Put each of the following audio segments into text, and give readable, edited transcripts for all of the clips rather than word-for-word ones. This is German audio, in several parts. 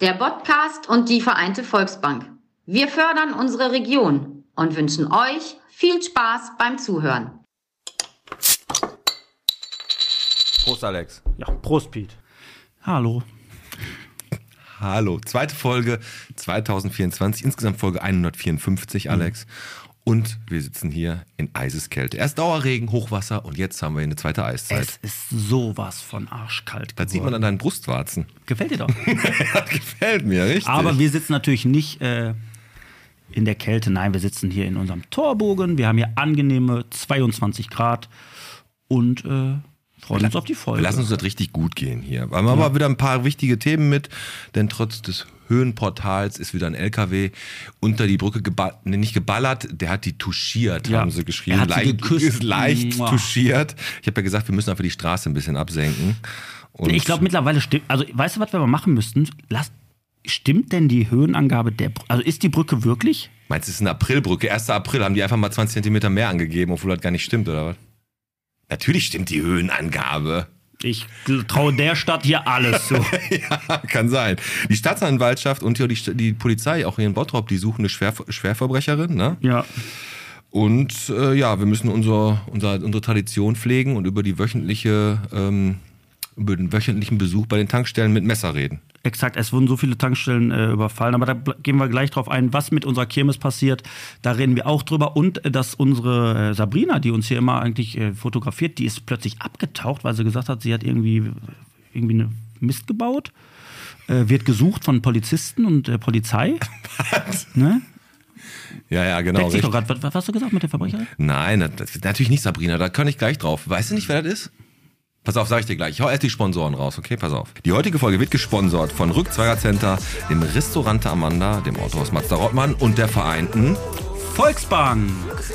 der Podcast und die Vereinte Volksbank. Wir fördern unsere Region und wünschen euch viel Spaß beim Zuhören. Prost, Alex. Ja, Prost, Piet. Hallo. Hallo. Zweite Folge 2024, insgesamt Folge 154, Alex. Und wir sitzen hier in Eiseskälte. Erst Dauerregen, Hochwasser und jetzt haben wir hier eine zweite Eiszeit. Es ist sowas von arschkalt geworden. Das sieht man an deinen Brustwarzen. Gefällt dir doch. Das gefällt mir, richtig. Aber wir sitzen natürlich nicht in der Kälte. Nein, wir sitzen hier in unserem Torbogen. Wir haben hier angenehme 22 Grad und freuen uns auf die Folge. Wir lassen uns das richtig gut gehen hier. Wir haben aber wieder ein paar wichtige Themen mit, denn trotz des Höhenportals ist wieder ein LKW unter die Brücke nicht geballert, der hat die touchiert, haben sie geschrieben. Er hat sie geküsst. Leicht touchiert. Ich habe ja gesagt, wir müssen einfach die Straße ein bisschen absenken. Und ich glaube mittlerweile stimmt, also weißt du, was wir mal machen müssten? Stimmt denn die Höhenangabe der Brücke? Also ist die Brücke wirklich? Meinst du, es ist eine Aprilbrücke? 1. April haben die einfach mal 20 Zentimeter mehr angegeben, obwohl das gar nicht stimmt, oder was? Natürlich stimmt die Höhenangabe. Ich traue der Stadt hier alles zu. Ja, kann sein. Die Staatsanwaltschaft und die Polizei, auch hier in Bottrop, die suchen eine Schwerverbrecherin, ne? Ja. Und wir müssen unsere Tradition pflegen und über den wöchentlichen Besuch bei den Tankstellen mit Messer reden. Exakt, es wurden so viele Tankstellen überfallen, aber da gehen wir gleich drauf ein, was mit unserer Kirmes passiert. Da reden wir auch drüber. Und dass unsere Sabrina, die uns hier immer eigentlich fotografiert, die ist plötzlich abgetaucht, weil sie gesagt hat, sie hat irgendwie eine Mist gebaut. Wird gesucht von Polizisten und der Polizei. Was? Ne? Ja, genau. Deckt sich doch grad. Was hast du gesagt mit der Verbrecherin? Nein, das ist natürlich nicht Sabrina, da kann ich gleich drauf. Weißt du nicht, wer das ist? Pass auf, sag ich dir gleich. Ich hau erst die Sponsoren raus, okay? Pass auf. Die heutige Folge wird gesponsert von Rückzweiger Center, dem Restaurante Amanda, dem Autohaus Mazda Rottmann und der Vereinten Volksbank.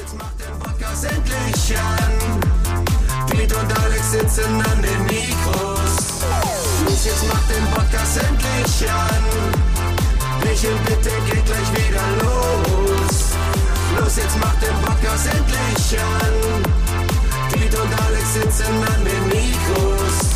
Piet und Alex sitzen an den Mikros. Los, jetzt macht den Podcast endlich an. Michel, bitte geht gleich wieder los. Los, jetzt macht den Podcast endlich an. Piet und Alex sitzen an den Mikros.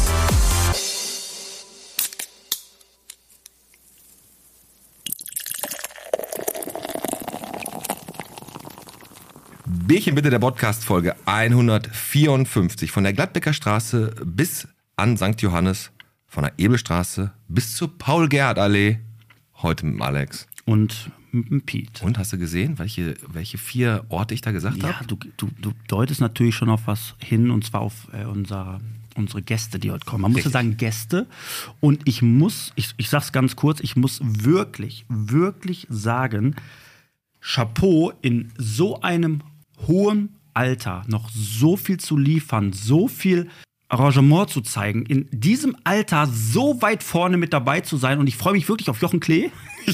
Bierchen bitte, der Podcast-Folge 154. Von der Gladbecker Straße bis an St. Johannes, von der Ebelstraße bis zur Paul-Gerhardt-Allee. Heute mit dem Alex. Und mit dem Piet. Und hast du gesehen, welche 4 Orte ich da gesagt habe? Ja, du deutest natürlich schon auf was hin, und zwar auf unsere Gäste, die heute kommen. Man muss ja sagen Gäste. Und ich sag's ganz kurz, ich muss wirklich, wirklich sagen, Chapeau, in so einem hohen Alter noch so viel zu liefern, so viel Arrangement zu zeigen, in diesem Alter so weit vorne mit dabei zu sein. Und ich freue mich wirklich auf Jochen Klee.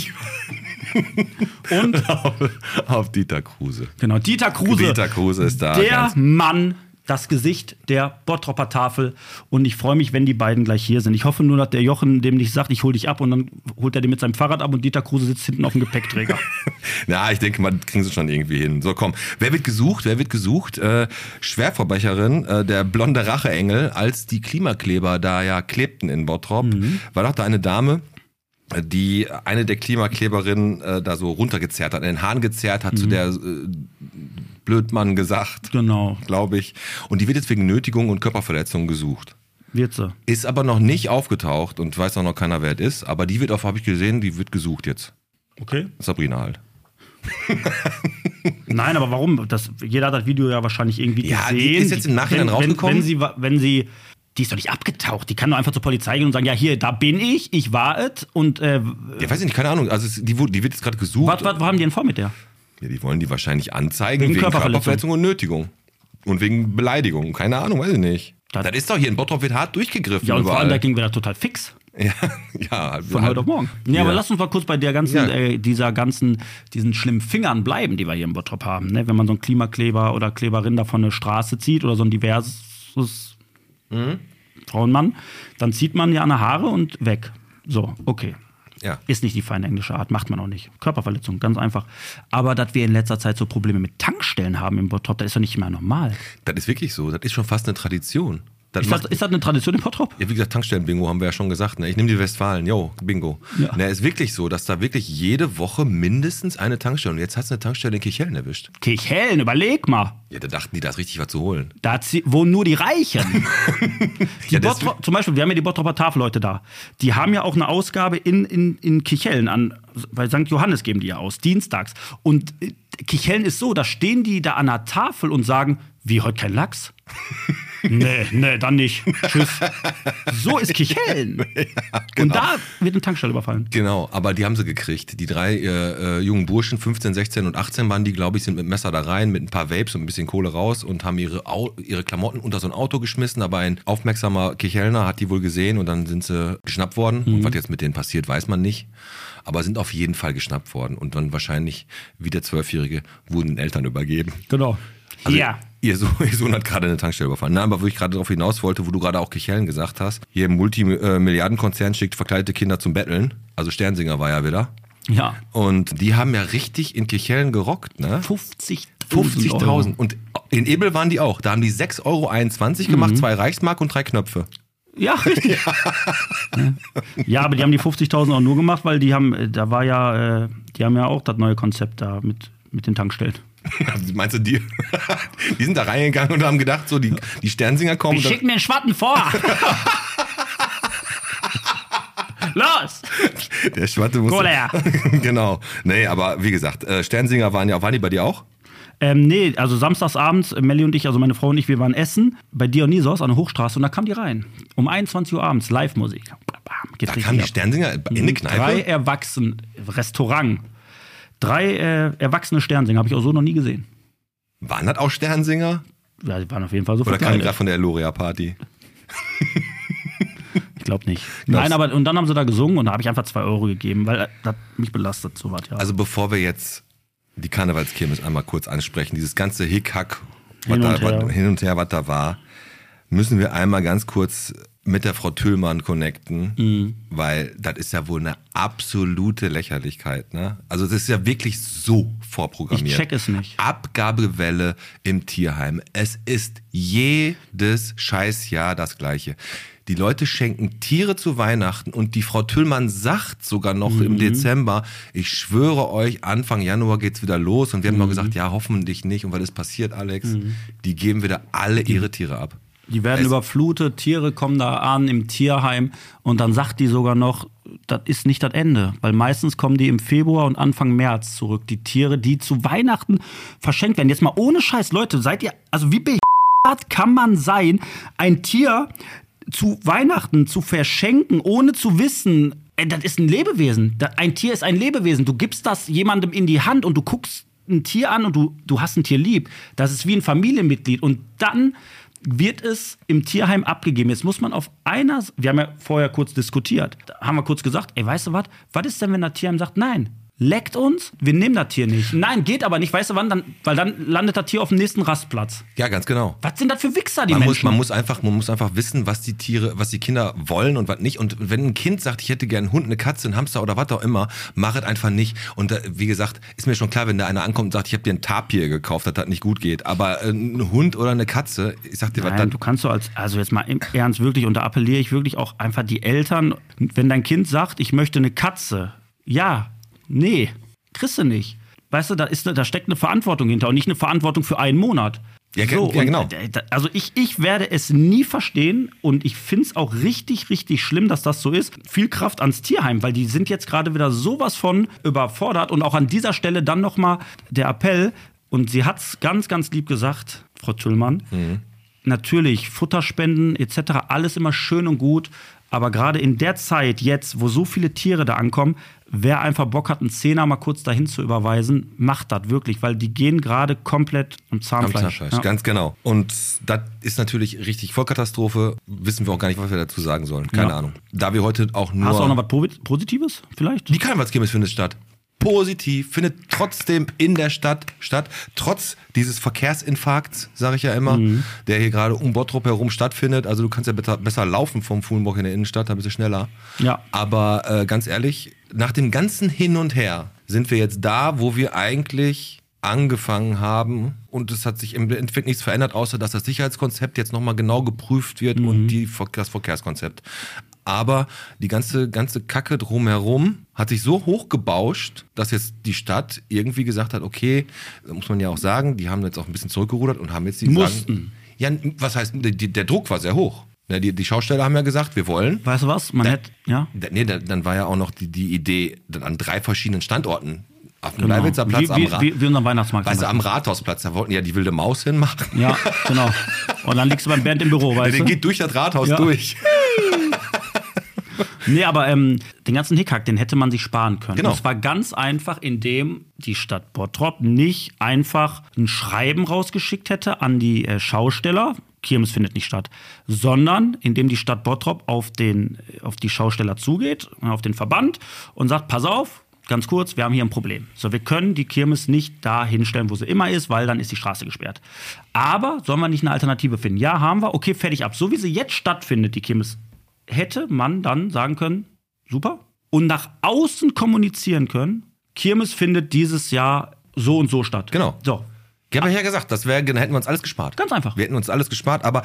Und auf Dieter Kruse. Genau, Dieter Kruse. Dieter Kruse ist da. Der Mann, das Gesicht der Bottropper Tafel. Und ich freue mich, wenn die beiden gleich hier sind. Ich hoffe nur, dass der Jochen dem nicht sagt, ich hol dich ab, und dann holt er den mit seinem Fahrrad ab und Dieter Kruse sitzt hinten auf dem Gepäckträger. Na, ich denke mal, das kriegen sie schon irgendwie hin. So, komm. Wer wird gesucht? Schwerverbrecherin, der blonde Racheengel, als die Klimakleber da ja klebten in Bottrop, war doch da eine Dame, die eine der Klimakleberinnen da so runtergezerrt hat, in den Hahn gezerrt hat, zu der Blödmann gesagt, Genau. glaube ich. Und die wird jetzt wegen Nötigung und Körperverletzung gesucht. Wird sie. Ist aber noch nicht aufgetaucht und weiß auch noch keiner, wer es ist. Aber die wird habe ich gesehen, die wird gesucht jetzt. Okay. Sabrina halt. Nein, aber warum? Jeder hat das Video ja wahrscheinlich irgendwie gesehen. Ja, die ist jetzt im Nachhinein rausgekommen. Wenn sie die ist doch nicht abgetaucht. Die kann doch einfach zur Polizei gehen und sagen, ja, hier, da bin ich war es. Und ja, weiß ich nicht, keine Ahnung. Also die wird jetzt gerade gesucht. Was haben die denn vor mit der? Ja, die wollen die wahrscheinlich anzeigen Wegen wegen Körperverletzung. Körperverletzung und Nötigung. Und wegen Beleidigung. Keine Ahnung, weiß ich nicht. Das ist doch hier in Bottrop wird hart durchgegriffen. Ja, und vor allem, da überall. ging wir da total fix. Ja, Von heute auf morgen. Ja, aber lass uns mal kurz bei der ganzen, diesen schlimmen Fingern bleiben, die wir hier im Bottrop haben. Ne? Wenn man so einen Klimakleber oder Kleberin da von der Straße zieht oder so ein diverses Frauenmann, dann zieht man ja an der Haare und weg. So, okay. Ja. Ist nicht die feine englische Art, macht man auch nicht. Körperverletzung, ganz einfach. Aber dass wir in letzter Zeit so Probleme mit Tankstellen haben im Bottrop, das ist doch nicht mehr normal. Das ist wirklich so. Das ist schon fast eine Tradition. Ist das eine Tradition in Bottrop? Ja, wie gesagt, Tankstellen-Bingo haben wir ja schon gesagt. Ne? Ich nehme die Westfalen, Bingo. Ja. Na, ist wirklich so, dass da wirklich jede Woche mindestens eine Tankstelle, und jetzt hast du eine Tankstelle in Kirchhellen erwischt. Kirchhellen, überleg mal. Ja, da dachten die, da ist richtig was zu holen. Da wohnen nur die Reichen. Zum Beispiel, wir haben ja die Bottroper Tafelleute da. Die haben ja auch eine Ausgabe in Kirchhellen bei St. Johannes geben die ja aus, dienstags. Und Kirchhellen ist so, da stehen die da an der Tafel und sagen, wie, heute kein Lachs? Nee, dann nicht. Tschüss. So ist Kirchhellen. Ja, genau. Und da wird eine Tankstelle überfallen. Genau, aber die haben sie gekriegt. Die 3 jungen Burschen, 15, 16 und 18 waren die, glaube ich, sind mit dem Messer da rein, mit ein paar Vapes und ein bisschen Kohle raus und haben ihre Klamotten unter so ein Auto geschmissen. Aber ein aufmerksamer Kirchhellner hat die wohl gesehen und dann sind sie geschnappt worden. Und was jetzt mit denen passiert, weiß man nicht. Aber sind auf jeden Fall geschnappt worden. Und dann wahrscheinlich, wie der 12-Jährige, wurden den Eltern übergeben. Genau. Also, ja. Ihr Sohn hat gerade eine Tankstelle überfallen. Nein, aber wo ich gerade darauf hinaus wollte, wo du gerade auch Kirchhellen gesagt hast, hier im Multimilliardenkonzern schickt verkleidete Kinder zum Betteln. Also Sternsinger war ja wieder. Ja. Und die haben ja richtig in Kirchhellen gerockt, ne? 50.000. Und in Ebel waren die auch. Da haben die 6,21 € gemacht, 2 Reichsmark und 3 Knöpfe. Ja, richtig. Ja, aber die haben die 50.000 auch nur gemacht, weil die haben ja auch das neue Konzept da mit den Tankstellen. Meinst du die? Die sind da reingegangen und haben gedacht, so die Sternsinger kommen. Wir schicken den Schwatten vor. Los! Der Schwatte muss. Genau. Nee, aber wie gesagt, Sternsinger waren die bei dir auch? Nee, also samstagsabends, Melli und ich, also meine Frau und ich, wir waren essen bei Dionysos an der Hochstraße und da kamen die rein. Um 21 Uhr abends, Live-Musik. Da kamen die Sternsinger in die Kneipe? 3 Erwachsene, Restaurant. 3 erwachsene Sternsinger, habe ich auch so noch nie gesehen. Waren das auch Sternsinger? Ja, die waren auf jeden Fall so verkleidet. Oder kamen die gerade von der Eloria-Party? Ich glaube nicht. Nein, aber und dann haben sie da gesungen und da habe ich einfach 2 € gegeben, weil das mich belastet so was. Ja. Also bevor wir jetzt die Karnevalskirmes einmal kurz ansprechen, dieses ganze Hickhack, hin und her, was da war, müssen wir einmal ganz kurz mit der Frau Tüllmann connecten, weil das ist ja wohl eine absolute Lächerlichkeit. Ne? Also das ist ja wirklich so vorprogrammiert. Ich check es nicht. Abgabewelle im Tierheim. Es ist jedes Scheißjahr das Gleiche. Die Leute schenken Tiere zu Weihnachten und die Frau Tüllmann sagt sogar noch im Dezember, ich schwöre euch, Anfang Januar geht's wieder los. Und wir haben noch gesagt, ja, hoffentlich nicht. Und was ist passiert, Alex? Die geben wieder alle ihre Tiere ab. Die werden überflutet, Tiere kommen da an im Tierheim und dann sagt die sogar noch, das ist nicht das Ende. Weil meistens kommen die im Februar und Anfang März zurück. Die Tiere, die zu Weihnachten verschenkt werden. Jetzt mal ohne Scheiß, Leute, seid ihr, also wie behindert kann man sein, ein Tier zu Weihnachten zu verschenken, ohne zu wissen, das ist ein Lebewesen. Ein Tier ist ein Lebewesen. Du gibst das jemandem in die Hand und du guckst ein Tier an und du hast ein Tier lieb. Das ist wie ein Familienmitglied. Und dann wird es im Tierheim abgegeben. Jetzt muss man wir haben ja vorher kurz diskutiert, da haben wir kurz gesagt, ey, weißt du was ist denn, wenn das Tierheim sagt, nein, leckt uns, wir nehmen das Tier nicht. Nein, geht aber nicht, weißt du wann, weil dann landet das Tier auf dem nächsten Rastplatz. Ja, ganz genau. Was sind das für Wichser, die Menschen? Man muss einfach wissen, was die Kinder wollen und was nicht. Und wenn ein Kind sagt, ich hätte gerne einen Hund, eine Katze, einen Hamster oder was auch immer, mach es einfach nicht. Und wie gesagt, ist mir schon klar, wenn da einer ankommt und sagt, ich habe dir ein Tapir gekauft, dass das nicht gut geht. Aber ein Hund oder eine Katze, ich sag dir, was dann. Du kannst also jetzt mal im Ernst wirklich, und da appelliere ich wirklich auch einfach die Eltern, wenn dein Kind sagt, ich möchte eine Katze, ja, nee, kriegst du nicht. Weißt du, da steckt eine Verantwortung hinter und nicht eine Verantwortung für einen Monat. Ja, so, ja genau. Also ich werde es nie verstehen und ich finde es auch richtig, richtig schlimm, dass das so ist. Viel Kraft ans Tierheim, weil die sind jetzt gerade wieder sowas von überfordert und auch an dieser Stelle dann nochmal der Appell, und sie hat es ganz, ganz lieb gesagt, Frau Tüllmann, natürlich Futterspenden etc., alles immer schön und gut, aber gerade in der Zeit jetzt, wo so viele Tiere da ankommen, wer einfach Bock hat, einen Zehner mal kurz dahin zu überweisen, macht das wirklich, weil die gehen gerade komplett am Zahnfleisch. Ja. Ganz genau. Und das ist natürlich richtig Vollkatastrophe. Wissen wir auch gar nicht, was wir dazu sagen sollen. Keine Ahnung. Da wir heute auch nur... Hast du auch noch was Positives vielleicht? Die Karnevalskirmes findet statt. Positiv, findet trotzdem in der Stadt statt, trotz dieses Verkehrsinfarkts, sage ich ja immer, der hier gerade um Bottrop herum stattfindet. Also du kannst ja besser laufen vom Fuhlenbrock in der Innenstadt, da bist du schneller. Ja. Aber ganz ehrlich, nach dem ganzen Hin und Her sind wir jetzt da, wo wir eigentlich angefangen haben und es hat sich im Endeffekt nichts verändert, außer dass das Sicherheitskonzept jetzt nochmal genau geprüft wird und das Verkehrskonzept. Aber die ganze Kacke drumherum hat sich so hochgebauscht, dass jetzt die Stadt irgendwie gesagt hat, okay, muss man ja auch sagen, die haben jetzt auch ein bisschen zurückgerudert und haben jetzt die Mussten. Ja, was heißt, der Druck war sehr hoch. Ja, die Schausteller haben ja gesagt, wir wollen. Weißt du was? Man hätte, ja. Dann war ja auch noch die Idee, dann an 3 verschiedenen Standorten. Auf dem Leibnitzer Platz, wie unserem Weihnachtsmarkt. Weißt du, am Rathausplatz, da wollten ja die wilde Maus hinmachen. Ja, genau. Und dann liegst du beim Bernd im Büro, weißt du? Der geht durch das Rathaus durch. Nee, aber den ganzen Hickhack, den hätte man sich sparen können. Genau. Und zwar ganz einfach, indem die Stadt Bottrop nicht einfach ein Schreiben rausgeschickt hätte an die Schausteller, Kirmes findet nicht statt, sondern indem die Stadt Bottrop auf die Schausteller zugeht, auf den Verband und sagt, pass auf, ganz kurz, wir haben hier ein Problem. So, wir können die Kirmes nicht da hinstellen, wo sie immer ist, weil dann ist die Straße gesperrt. Aber sollen wir nicht eine Alternative finden? Ja, haben wir. Okay, fertig ab. So wie sie jetzt stattfindet, die Kirmes, hätte man dann sagen können, super. Und nach außen kommunizieren können, Kirmes findet dieses Jahr so und so statt. Genau. So. Ich habe ja gesagt, dann hätten wir uns alles gespart. Ganz einfach. Wir hätten uns alles gespart, aber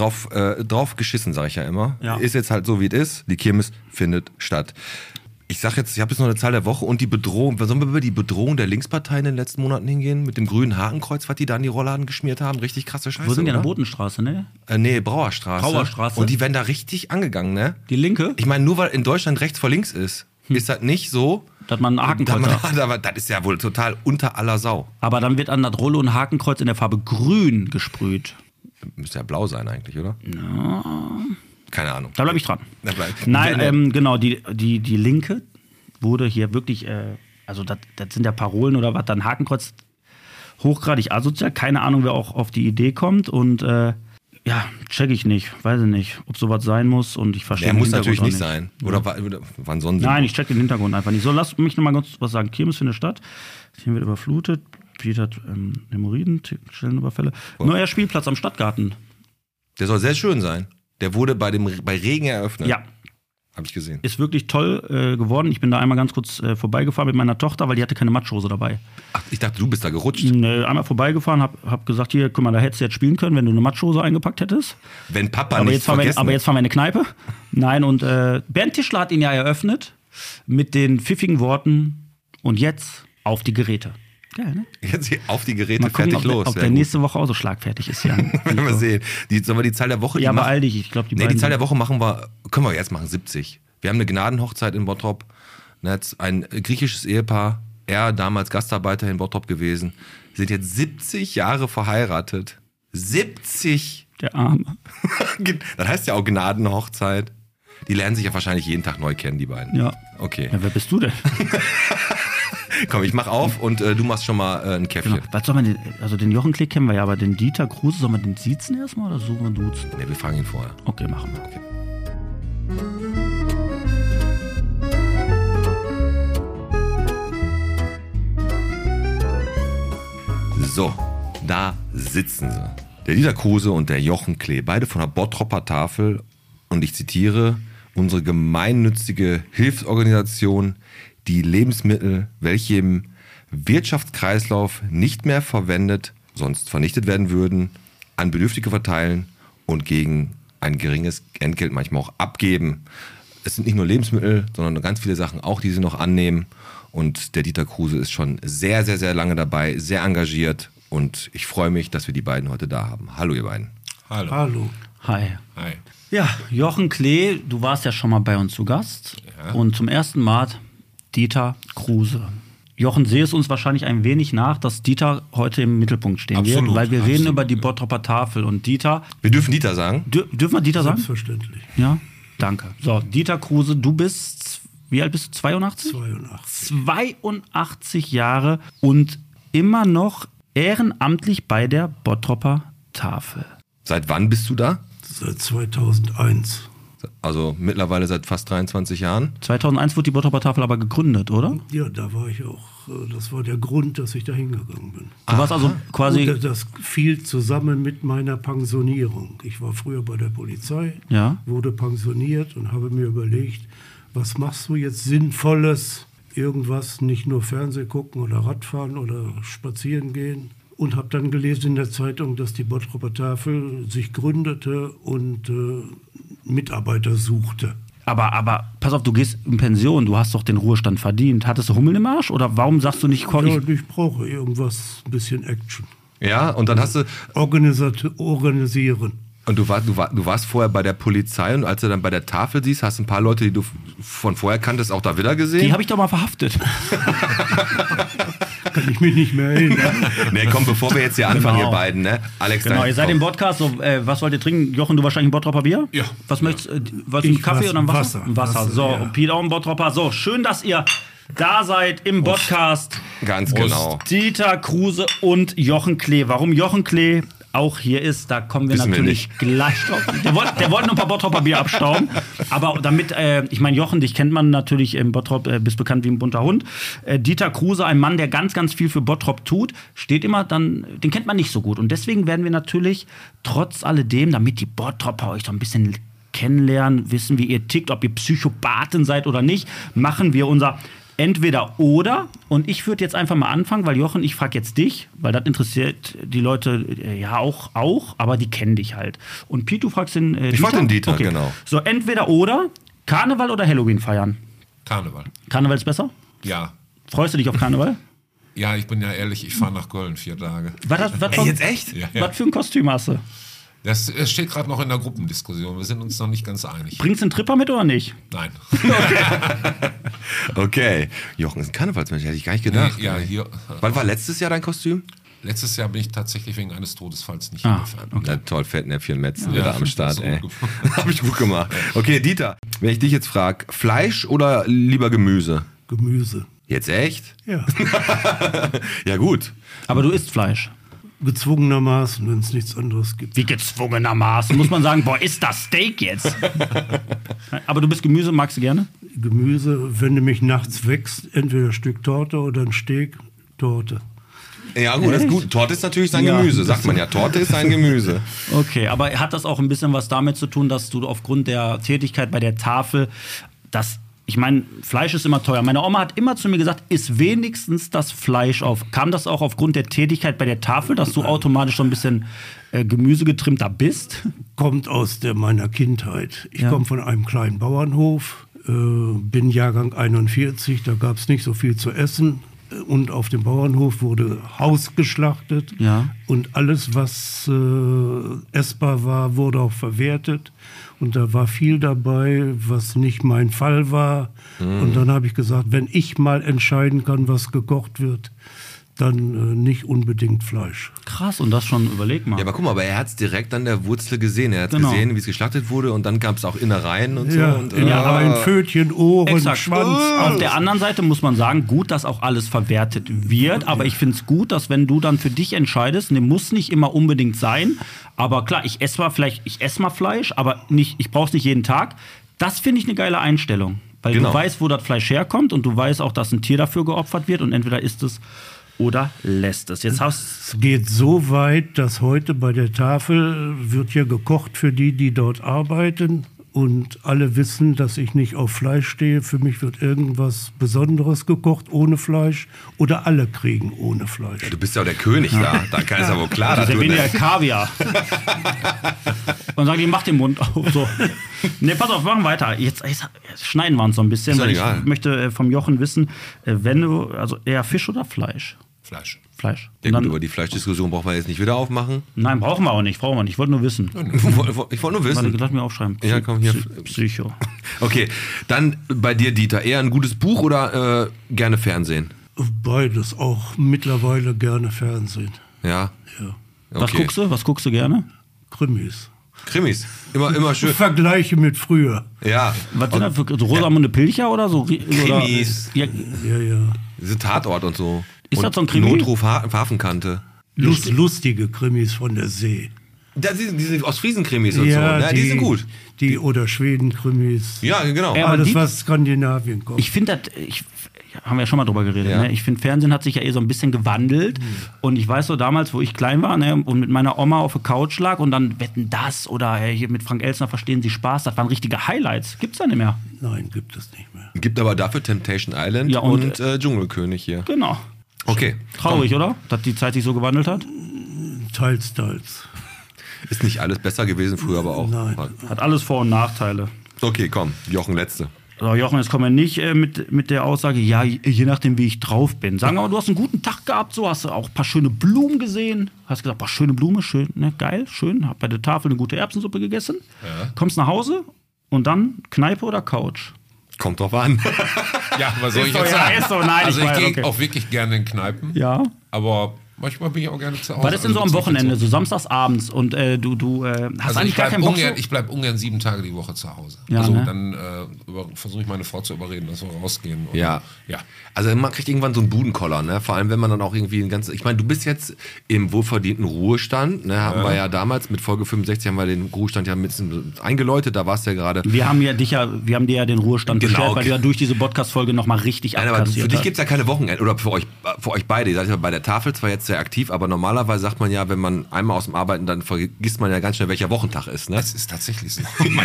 drauf geschissen, sage ich ja immer. Ja. Ist jetzt halt so, wie es ist. Die Kirmes findet statt. Ich sag jetzt, ich habe jetzt noch eine Zahl der Woche und die Bedrohung. Sollen wir über die Bedrohung der Linkspartei in den letzten Monaten hingehen? Mit dem grünen Hakenkreuz, was die da an die Rollladen geschmiert haben? Richtig krasse Scheiße. Wo sind die an der oder? Botenstraße, ne? Nee, Brauerstraße. Brauerstraße. Und die werden da richtig angegangen, ne? Die Linke? Ich meine, nur weil in Deutschland rechts vor links ist das nicht so. Dass man ein Hakenkreuz hat. Aber das ist ja wohl total unter aller Sau. Aber dann wird an das Rollo ein Hakenkreuz in der Farbe grün gesprüht. Müsste ja blau sein eigentlich, oder? Ja. Keine Ahnung. Da bleibe ich dran. Da bleib. Nein, genau, die Linke wurde hier wirklich, also das sind ja Parolen oder was, dann Hakenkreuz hochgradig asozial. Keine Ahnung, wer auch auf die Idee kommt und ja, check ich nicht, weiß ich nicht, ob sowas sein muss und ich verstehe den Hintergrund muss natürlich nicht sein. Oder wann sonst? Nein, ich check den Hintergrund einfach nicht. So, lass mich nochmal kurz was sagen. Kirmes findet statt. Hier wird überflutet. Piet hat Hämorrhoiden, Stellenüberfälle. Neuer Spielplatz am Stadtgarten. Der soll sehr schön sein. Der wurde bei Regen eröffnet. Ja. Habe ich gesehen. Ist wirklich toll geworden. Ich bin da einmal ganz kurz vorbeigefahren mit meiner Tochter, weil die hatte keine Matschhose dabei. Ach, ich dachte, du bist da gerutscht. Einmal vorbeigefahren, hab gesagt, hier, guck mal, da hättest du jetzt spielen können, wenn du eine Matschhose eingepackt hättest. Wenn Papa aber nichts vergessen. Aber jetzt fahren wir in eine Kneipe. Nein, und Bernd Tischler hat ihn ja eröffnet mit den pfiffigen Worten und jetzt auf die Geräte. Geil, ne? Jetzt hier auf die Geräte, mal gucken, fertig los. Ob der nächste Woche auch so schlagfertig ist, ja. Werden wir sehen. Sollen wir die Zahl der Woche? Ja, beeil dich. Ich glaube, die Zahl der Woche können wir jetzt machen, 70. Wir haben eine Gnadenhochzeit in Bottrop. Ein griechisches Ehepaar, er damals Gastarbeiter in Bottrop gewesen, sind jetzt 70 Jahre verheiratet. 70! Der Arme. Das heißt ja auch Gnadenhochzeit. Die lernen sich ja wahrscheinlich jeden Tag neu kennen, die beiden. Ja. Okay. Ja, wer bist du denn? Komm, ich mach auf und du machst schon mal ein Käffchen. Genau. Was soll man den Jochen Klick kennen wir ja, aber den Dieter Kruse, sollen wir den siezen erstmal oder suchen wir duzen? Ne, wir fragen ihn vorher. Okay, machen wir. Okay. So, da sitzen sie. Der Dieter Kruse und der Jochen Klee, beide von der Bottropper Tafel. Und ich zitiere, unsere gemeinnützige Hilfsorganisation, die Lebensmittel, welche im Wirtschaftskreislauf nicht mehr verwendet, sonst vernichtet werden würden, an Bedürftige verteilen und gegen ein geringes Entgelt manchmal auch abgeben. Es sind nicht nur Lebensmittel, sondern ganz viele Sachen auch, die sie noch annehmen. Und der Dieter Kruse ist schon sehr, sehr, sehr lange dabei, sehr engagiert. Und ich freue mich, dass wir die beiden heute da haben. Hallo, ihr beiden. Hallo. Hallo. Hi. Hi. Ja, Jochen Klee, du warst ja schon mal bei uns zu Gast. Ja. Und zum ersten Mal Dieter Kruse. Jochen, sehe es uns wahrscheinlich ein wenig nach, dass Dieter heute im Mittelpunkt stehen wird, weil wir reden über die Bottropper Tafel. Und Dieter... Wir dürfen Dieter sagen? Dürfen wir Dieter sagen? Selbstverständlich. Ja, danke. So, Dieter Kruse, du bist... Wie alt bist du? 82? 82 Jahre und immer noch ehrenamtlich bei der Bottropper Tafel. Seit wann bist du da? Seit 2001. Also mittlerweile seit fast 23 Jahren. 2001 wurde die Bottropper Tafel aber gegründet, oder? Ja, da war ich auch. Das war der Grund, dass ich da hingegangen bin. Du warst also quasi... Und das fiel zusammen mit meiner Pensionierung. Ich war früher bei der Polizei, Ja. wurde pensioniert und habe mir überlegt, was machst du jetzt Sinnvolles irgendwas, nicht nur Fernsehen gucken oder Radfahren oder spazieren gehen. Und habe dann gelesen in der Zeitung, dass die Bottroper Tafel sich gründete und Mitarbeiter suchte. Aber pass auf, du gehst in Pension, du hast doch den Ruhestand verdient. Hattest du Hummel im Arsch oder warum sagst du nicht... Ja, ich brauche irgendwas, ein bisschen Action. Ja, und dann hast du... Organisieren. Und du warst vorher bei der Polizei und als du dann bei der Tafel siehst, hast du ein paar Leute, die du von vorher kanntest, auch da wieder gesehen? Die habe ich doch mal verhaftet. Kann ich mich nicht mehr erinnern. Nee, komm, bevor wir jetzt hier anfangen, ihr beiden, ne? Alex, Genau, ihr seid im Podcast, so, was wollt ihr trinken? Jochen, du wahrscheinlich ein Bottroper Bier? Ja. Was möchtest du? Wolltest du einen Kaffee oder ein Wasser? Wasser. So, ja. und Peter auch ein Bottroper. So, schön, dass ihr da seid im Podcast. Ganz genau. Dieter Kruse und Jochen Klee. Warum Jochen Klee auch hier ist, da kommen wir Wissen natürlich gleich drauf. Der wollte nur ein paar Bottroper Bier abstauben. Aber damit, ich meine, Jochen, dich kennt man natürlich im Bottrop, bist bekannt wie ein bunter Hund. Dieter Kruse, ein Mann, der ganz, ganz viel für Bottrop tut, steht immer dann, den kennt man nicht so gut. Und deswegen werden wir natürlich trotz alledem, damit die Bottropper euch so ein bisschen kennenlernen, wissen, wie ihr tickt, ob ihr Psychopathen seid oder nicht, machen wir unser Entweder-Oder. Und ich würde jetzt einfach mal anfangen, weil Jochen, ich frage jetzt dich, weil das interessiert die Leute ja auch, aber die kennen dich halt. Und Piet, du fragst den Dieter? Ich frage den Dieter, okay. genau. So, Entweder-Oder, Karneval oder Halloween feiern? Karneval. Karneval ist besser? Ja. Freust du dich auf Karneval? Ja, ich bin ja ehrlich, ich fahre nach Köln 4 Tage. Jetzt echt? Ja. Was für ein Kostüm hast du? Das steht gerade noch in der Gruppendiskussion. Wir sind uns noch nicht ganz einig. Bringst du einen Tripper mit oder nicht? Nein. Okay. Jochen ist ein Karnevalsmensch, hätte ich gar nicht gedacht. Ja, hier. Wann war letztes Jahr dein Kostüm? Letztes Jahr bin ich tatsächlich wegen eines Todesfalls nicht hingefahren. Okay. Na, toll, Fettnäpfchen Metzen Ja, wieder am Start, so ey. gut. Habe ich gut gemacht. Okay, Dieter, wenn ich dich jetzt frage, Fleisch oder lieber Gemüse? Gemüse. Jetzt echt? Ja. Ja, gut. Aber du isst Fleisch. Gezwungenermaßen, wenn es nichts anderes gibt. Wie gezwungenermaßen. Muss man sagen, boah, ist das Steak jetzt? Aber du bist Gemüse, magst du gerne? Gemüse, wenn du mich nachts wächst, entweder ein Stück Torte oder ein Steak, Torte. Ja, gut, das ist gut. Torte ist natürlich sein Gemüse, sagt man ja. Torte ist sein Gemüse. Okay, aber hat das auch ein bisschen was damit zu tun, dass du aufgrund der Tätigkeit bei der Tafel, ich meine, Fleisch ist immer teuer. Meine Oma hat immer zu mir gesagt, iss wenigstens das Fleisch auf. Kam das auch aufgrund der Tätigkeit bei der Tafel, dass du automatisch so ein bisschen gemüsegetrimmter bist? Kommt aus meiner Kindheit. Ich komme von einem kleinen Bauernhof, bin Jahrgang 41, da gab es nicht so viel zu essen. Und auf dem Bauernhof wurde Haus geschlachtet. Ja. Und alles, was essbar war, wurde auch verwertet. Und da war viel dabei, was nicht mein Fall war. Und dann habe ich gesagt, wenn ich mal entscheiden kann, was gekocht wird, dann nicht unbedingt Fleisch. Krass, und das schon, überleg mal. Ja, aber guck mal, aber er hat es direkt an der Wurzel gesehen. Er hat Genau. gesehen, wie es geschlachtet wurde und dann gab es auch Innereien und so. Ja, Und, Innereien, Pfötchen, Ohren, Exakt. Schwanz. Auf der anderen Seite muss man sagen, gut, dass auch alles verwertet wird, aber ich finde es gut, dass wenn du dann für dich entscheidest, ne, muss nicht immer unbedingt sein, aber klar, ich esse mal Fleisch, aber nicht, ich brauche es nicht jeden Tag. Das finde ich eine geile Einstellung, weil Genau. du weißt, wo das Fleisch herkommt und du weißt auch, dass ein Tier dafür geopfert wird und entweder isst es oder lässt es. Jetzt hast Es geht so weit, dass heute bei der Tafel wird hier gekocht für die, die dort arbeiten. Und alle wissen, dass ich nicht auf Fleisch stehe. Für mich wird irgendwas Besonderes gekocht ohne Fleisch. Oder alle kriegen ohne Fleisch. du bist ja auch der König da. Da kann es ja wohl klar, dass der du... weniger Kaviar. Und sagen die, mach den Mund auf. So. Ne, pass auf, wir machen weiter. Jetzt schneiden wir uns so ein bisschen, Ist doch weil egal. ich möchte vom Jochen wissen, wenn du, also eher Fisch oder Fleisch? Fleisch. Fleisch. Ja, Und gut, dann, über die Fleischdiskussion brauchen wir jetzt nicht wieder aufmachen. nein, brauchen wir auch nicht. Ich wollte nur wissen. Ich wollte nur wissen. Warte, lass mich aufschreiben. Ja, komm, hier. Psycho. Okay, dann bei dir, Dieter, eher ein gutes Buch oder gerne Fernsehen? Beides, auch mittlerweile gerne Fernsehen. Ja. Ja. Okay. Was guckst du gerne? Krimis. Krimis. Immer schön. Vergleiche mit früher. Ja. Was sind das für so Rosamunde Pilcher oder so? Krimis. Oder, ja, Ja, ja. Diese Tatort und so. Ist und das so ein Krimi? Notruf Hafenkante. Lustige Krimis von der See. Diese Ostfriesen-Krimis und Ja, so, ne? Die sind gut. Die oder Schweden-Krimis. Ja, genau. Ja, aber Alles, die- was Skandinavien kommt. Ich finde das, haben wir ja schon mal drüber geredet, Ja. ne? Ich finde, Fernsehen hat sich ja so ein bisschen gewandelt. Und ich weiß so damals, wo ich klein war, ne, und mit meiner Oma auf der Couch lag und dann Wetten, das oder hier mit Frank Elstner Verstehen Sie Spaß, das waren richtige Highlights. Gibt's da nicht mehr. Nein, gibt es nicht mehr. Gibt aber dafür Temptation Island Ja, und, und Dschungelkönig hier. Genau. Okay. Traurig, oder? Dass die Zeit sich so gewandelt hat. Teils. Ist nicht alles besser gewesen früher, aber auch. Nein. Hat alles Vor- und Nachteile. Okay, komm, Jochen, letzte. So, Jochen, jetzt kommen wir nicht mit der Aussage, ja, je nachdem, wie ich drauf bin. Sagen wir mal, du hast einen guten Tag gehabt, so hast du auch ein paar schöne Blumen gesehen. Hast gesagt, boah, schöne Blume, schön, ne, geil, schön. Hab bei der Tafel eine gute Erbsensuppe gegessen. Ja. Kommst nach Hause und dann Kneipe oder Couch? Kommt drauf an. Ja, was soll ich so, jetzt ja, sagen? ist so, nein, also ich ich weiß, gehe okay. auch wirklich gerne in Kneipen. Ja. Aber manchmal bin ich auch gerne zu Hause. War das denn so am Also Wochenende, so. so samstags abends und du hast Also eigentlich ich gar keinen Bock ich bleib ungern 7 Tage die Woche zu Hause. Ja, also ne? dann versuche ich meine Frau zu überreden, dass wir rausgehen. Und, Ja. Ja. Also man kriegt irgendwann so einen Budenkoller, ne? Vor allem, wenn man dann auch irgendwie ein ganzes. Ich meine, du bist jetzt im wohlverdienten Ruhestand, ne? Haben wir ja damals mit Folge 65 haben wir den Ruhestand ja ein bisschen eingeläutet, da warst du ja gerade. Wir haben dir ja den Ruhestand Genau. bestellt, weil du ja durch diese Podcast-Folge nochmal richtig Nein, aber abkassiert für dich hast. gibt es ja keine Wochenende. Oder für euch beide. Ihr seid ja bei der Tafel zwar jetzt sehr aktiv, aber normalerweise sagt man ja, wenn man einmal aus dem Arbeiten, dann vergisst man ja ganz schnell, welcher Wochentag ist. Ne? Das ist tatsächlich so.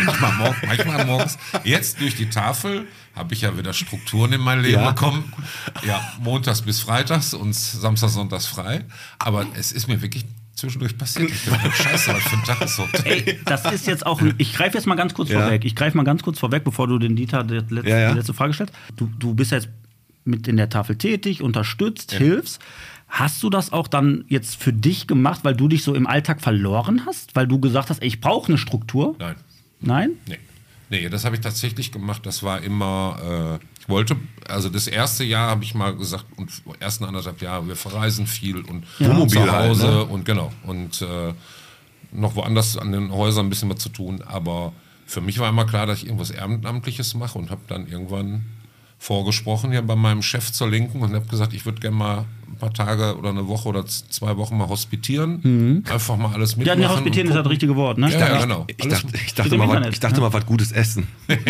manchmal morgens. Jetzt durch die Tafel habe ich ja wieder Strukturen in mein Leben bekommen. Ja, montags bis freitags und samstags, sonntags frei. Aber es ist mir wirklich zwischendurch passiert. Ich dachte, scheiße, was für ein Tag ist heute. Ey, das ist jetzt auch. Ich greife jetzt mal ganz kurz vorweg. Ich greife mal ganz kurz vorweg, bevor du den Dieter die letzte Frage stellst. Du bist jetzt mit in der Tafel tätig, unterstützt, hilfst. Hast du das auch dann jetzt für dich gemacht, weil du dich so im Alltag verloren hast? Weil du gesagt hast, ey, ich brauche eine Struktur? Nein. Nein? Nee, das habe ich tatsächlich gemacht. Das war immer, ich wollte, also das erste Jahr habe ich mal gesagt, und die ersten 1,5 Jahre, wir verreisen viel und Wohnmobil zu Hause halt, ne? und genau. Und noch woanders an den Häusern ein bisschen was zu tun. Aber für mich war immer klar, dass ich irgendwas Ehrenamtliches mache und habe dann irgendwann vorgesprochen ja bei meinem Chef zur Linken und habe gesagt, ich würde gerne mal ein paar Tage oder eine Woche oder 2 Wochen mal hospitieren. Einfach mal alles Ja, mitmachen. ne, hospitieren ist das richtige Wort, ne? Ja, genau. Ich dachte mal, was Gutes essen.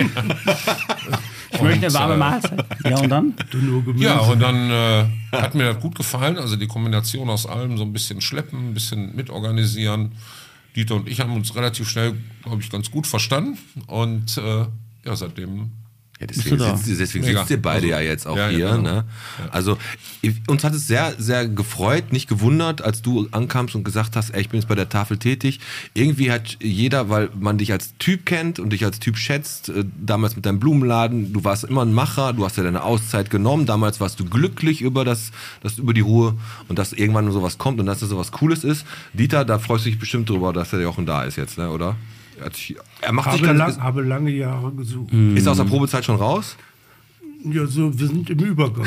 Ich möchte eine warme Mahlzeit. Ja, und dann? Nur Gemüse. Ja, und dann hat mir das gut gefallen. Also die Kombination aus allem, so ein bisschen schleppen, ein bisschen mitorganisieren. Dieter und ich haben uns relativ schnell, glaube ich, ganz gut verstanden. Und ja, seitdem. Ja, deswegen sitzt ihr beide ja jetzt auch Ja, hier. genau. Ne? Also uns hat es sehr, sehr gefreut, nicht gewundert, als du ankamst und gesagt hast, ey, ich bin jetzt bei der Tafel tätig. Irgendwie hat jeder, weil man dich als Typ kennt und dich als Typ schätzt, damals mit deinem Blumenladen, du warst immer ein Macher, du hast ja deine Auszeit genommen, damals warst du glücklich über über die Ruhe und dass irgendwann sowas kommt und dass das sowas Cooles ist. Dieter, da freust du dich bestimmt drüber, dass der Jochen da ist jetzt, ne, oder? Er macht sich habe lange Jahre gesucht. Ist aus der Probezeit schon raus? Ja, so, wir sind im Übergang.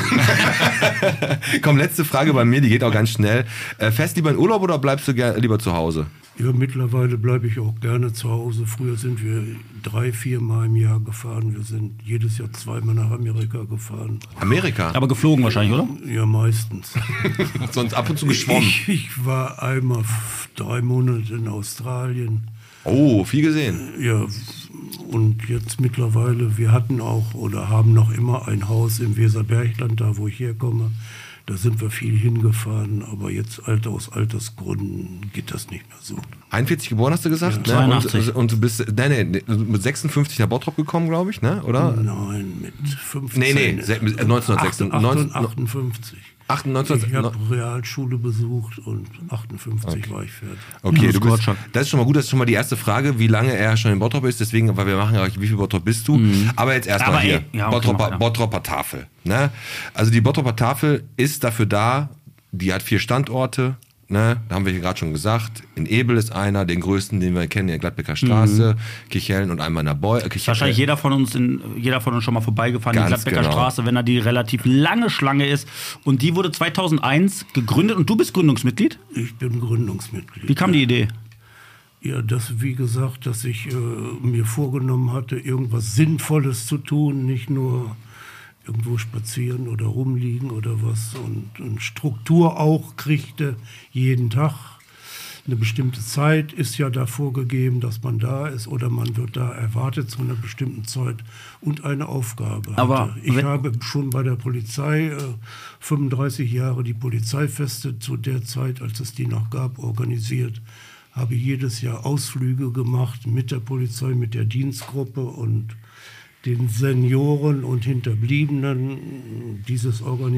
Komm, letzte Frage bei mir, die geht auch ganz schnell. Fährst du lieber in Urlaub oder bleibst du lieber zu Hause? Ja, mittlerweile bleibe ich auch gerne zu Hause. Früher sind wir 3-4 Mal im Jahr gefahren. Wir sind jedes Jahr 2-mal nach Amerika gefahren. Amerika? Aber geflogen wahrscheinlich, oder? Ja, meistens. Sonst ab und zu geschwommen. Ich war einmal 3 Monate in Australien. Oh, viel gesehen. Ja, und jetzt mittlerweile, wir hatten auch oder haben noch immer ein Haus im Weserbergland, da wo ich herkomme. Da sind wir viel hingefahren, aber jetzt aus Altersgründen geht das nicht mehr so. 41 geboren, hast du gesagt? Ja, Ne? 82. Und du bist mit 56 nach Bottrop gekommen, glaube ich, ne? Oder? Nein, mit 15. Nee, 1956. 58. Ich 19, habe Realschule besucht und 58 war ich fertig. Okay, Das ist das ist schon mal gut, das ist schon mal die erste Frage, wie lange er schon in Bottrop ist, deswegen, weil wir machen ja, wie viel Bottrop bist du? Aber jetzt erstmal hier, Bottroper Tafel. Ne? Also die Bottroper Tafel ist dafür da, die hat 4 Standorte, ne? Da haben wir hier gerade schon gesagt, in Ebel ist einer, den größten, den wir kennen, in der Gladbecker Straße, Kirchhellen und einmal in der Wahrscheinlich jeder von uns schon mal vorbeigefahren in die Ganz Gladbecker genau. Straße, wenn da die relativ lange Schlange ist. Und die wurde 2001 gegründet und du bist Gründungsmitglied? Ich bin Gründungsmitglied. Wie kam die Idee? Ja, wie gesagt, dass ich mir vorgenommen hatte, irgendwas Sinnvolles zu tun, nicht nur irgendwo spazieren oder rumliegen oder was und Struktur auch kriegte jeden Tag. Eine bestimmte Zeit ist ja da vorgegeben, dass man da ist oder man wird da erwartet zu einer bestimmten Zeit und eine Aufgabe hatte. Ich habe schon bei der Polizei 35 Jahre die Polizeifeste zu der Zeit, als es die noch gab, organisiert. Habe jedes Jahr Ausflüge gemacht mit der Polizei, mit der Dienstgruppe und den Senioren und Hinterbliebenen dieses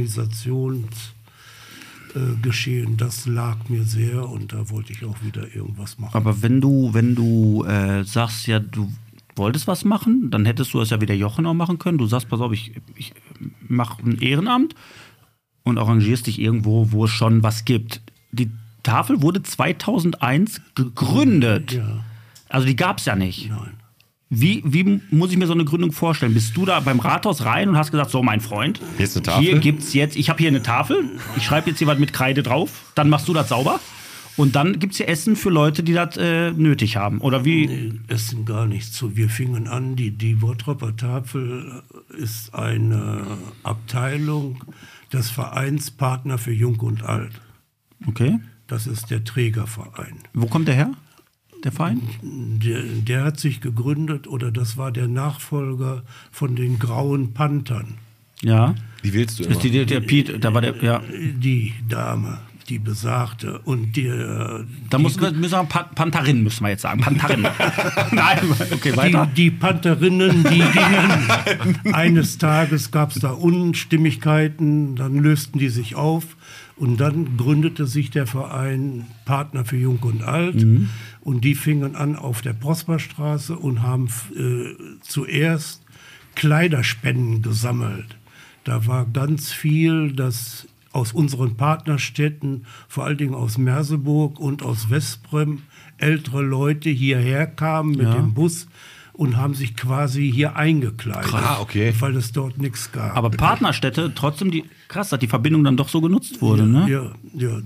Organisationsgeschehen. Das lag mir sehr und da wollte ich auch wieder irgendwas machen. Aber wenn du sagst, ja, du wolltest was machen, dann hättest du es ja wie der Jochen auch machen können. Du sagst, pass auf, ich mache ein Ehrenamt und arrangierst dich irgendwo, wo es schon was gibt. Die Tafel wurde 2001 gegründet. Ja. Also die gab es ja nicht. Nein. Wie muss ich mir so eine Gründung vorstellen? Bist du da beim Rathaus rein und hast gesagt, so mein Freund, Hier ist eine Tafel. Hier gibt's jetzt, ich habe hier eine Tafel, ich schreibe jetzt hier was mit Kreide drauf, dann machst du das sauber und dann gibt es hier Essen für Leute, die das nötig haben, oder wie? Nee, Essen gar nicht so. Wir fingen an, die Bottropper Tafel ist eine Abteilung des Vereins Partner für Jung und Alt. Okay. Das ist der Trägerverein. Wo kommt der her, der Verein? Der hat sich gegründet, oder das war der Nachfolger von den Grauen Panthern. Ja. Wie willst du immer? Ist der Piet, da war der, ja. Die Dame, die besagte. Und Da müssen wir Pantherin, müssen wir jetzt sagen. Pantherin. Nein, okay, weiter. Die Pantherinnen, die gingen. Eines Tages gab es da Unstimmigkeiten, dann lösten die sich auf. Und dann gründete sich der Verein Partner für Jung und Alt. Mhm. Und die fingen an auf der Prosperstraße und haben zuerst Kleiderspenden gesammelt. Da war ganz viel, das aus unseren Partnerstädten, vor allen Dingen aus Merseburg und aus Westbrem, ältere Leute hierher kamen mit dem Bus und haben sich quasi hier eingekleidet, weil es dort nichts gab. Aber Partnerstädte, trotzdem, krass, dass die Verbindung dann doch so genutzt wurde, ne? Ja.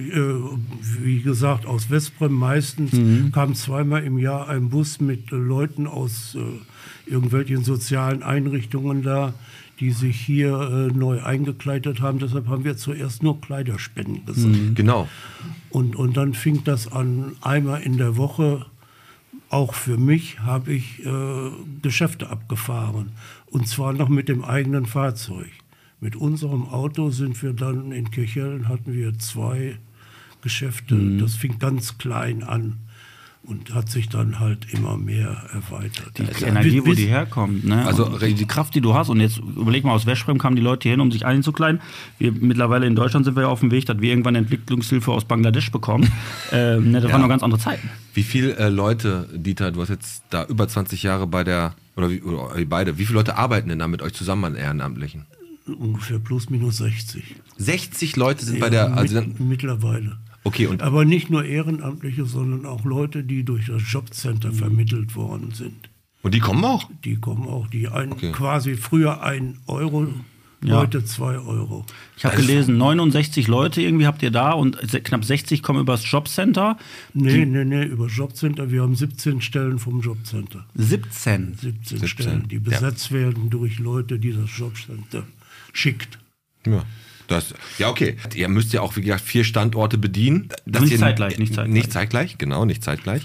Wie gesagt, aus Westbrem meistens kam zweimal im Jahr ein Bus mit Leuten aus irgendwelchen sozialen Einrichtungen da, die sich hier neu eingekleidet haben. Deshalb haben wir zuerst nur Kleiderspenden gesammelt. Genau. Und dann fing das an, einmal in der Woche. Auch für mich habe ich Geschäfte abgefahren. Und zwar noch mit dem eigenen Fahrzeug. Mit unserem Auto sind wir dann in Kirchhellen, hatten wir 2 Geschäfte. Das fing ganz klein an und hat sich dann halt immer mehr erweitert. Die Energie, wo die herkommt, ne? Also die Kraft, die du hast. Und jetzt überleg mal, aus Westbrem kamen die Leute hier hin, um sich einzukleiden. Mittlerweile in Deutschland sind wir ja auf dem Weg, dass wir irgendwann Entwicklungshilfe aus Bangladesch bekommen. Das waren noch ganz andere Zeiten. Wie viele Leute, Dieter, du hast jetzt da über 20 Jahre bei der, oder beide, wie viele Leute arbeiten denn da mit euch zusammen an Ehrenamtlichen? Ungefähr plus minus 60. 60 Leute sind bei der... Also mittlerweile. Okay, und aber nicht nur Ehrenamtliche, sondern auch Leute, die durch das Jobcenter vermittelt worden sind. Und die kommen auch? Die kommen auch. Quasi früher 1 Euro, heute 2 Euro. Ich habe gelesen, 69 Leute irgendwie habt ihr da und knapp 60 kommen übers Jobcenter. Nee, über Jobcenter. Wir haben 17 Stellen vom Jobcenter. 17 Stellen, die besetzt werden durch Leute, die das Jobcenter schickt. Ja. Okay. Ihr müsst ja auch, wie gesagt, 4 Standorte bedienen. Nicht zeitgleich. Nicht zeitgleich, genau, nicht zeitgleich.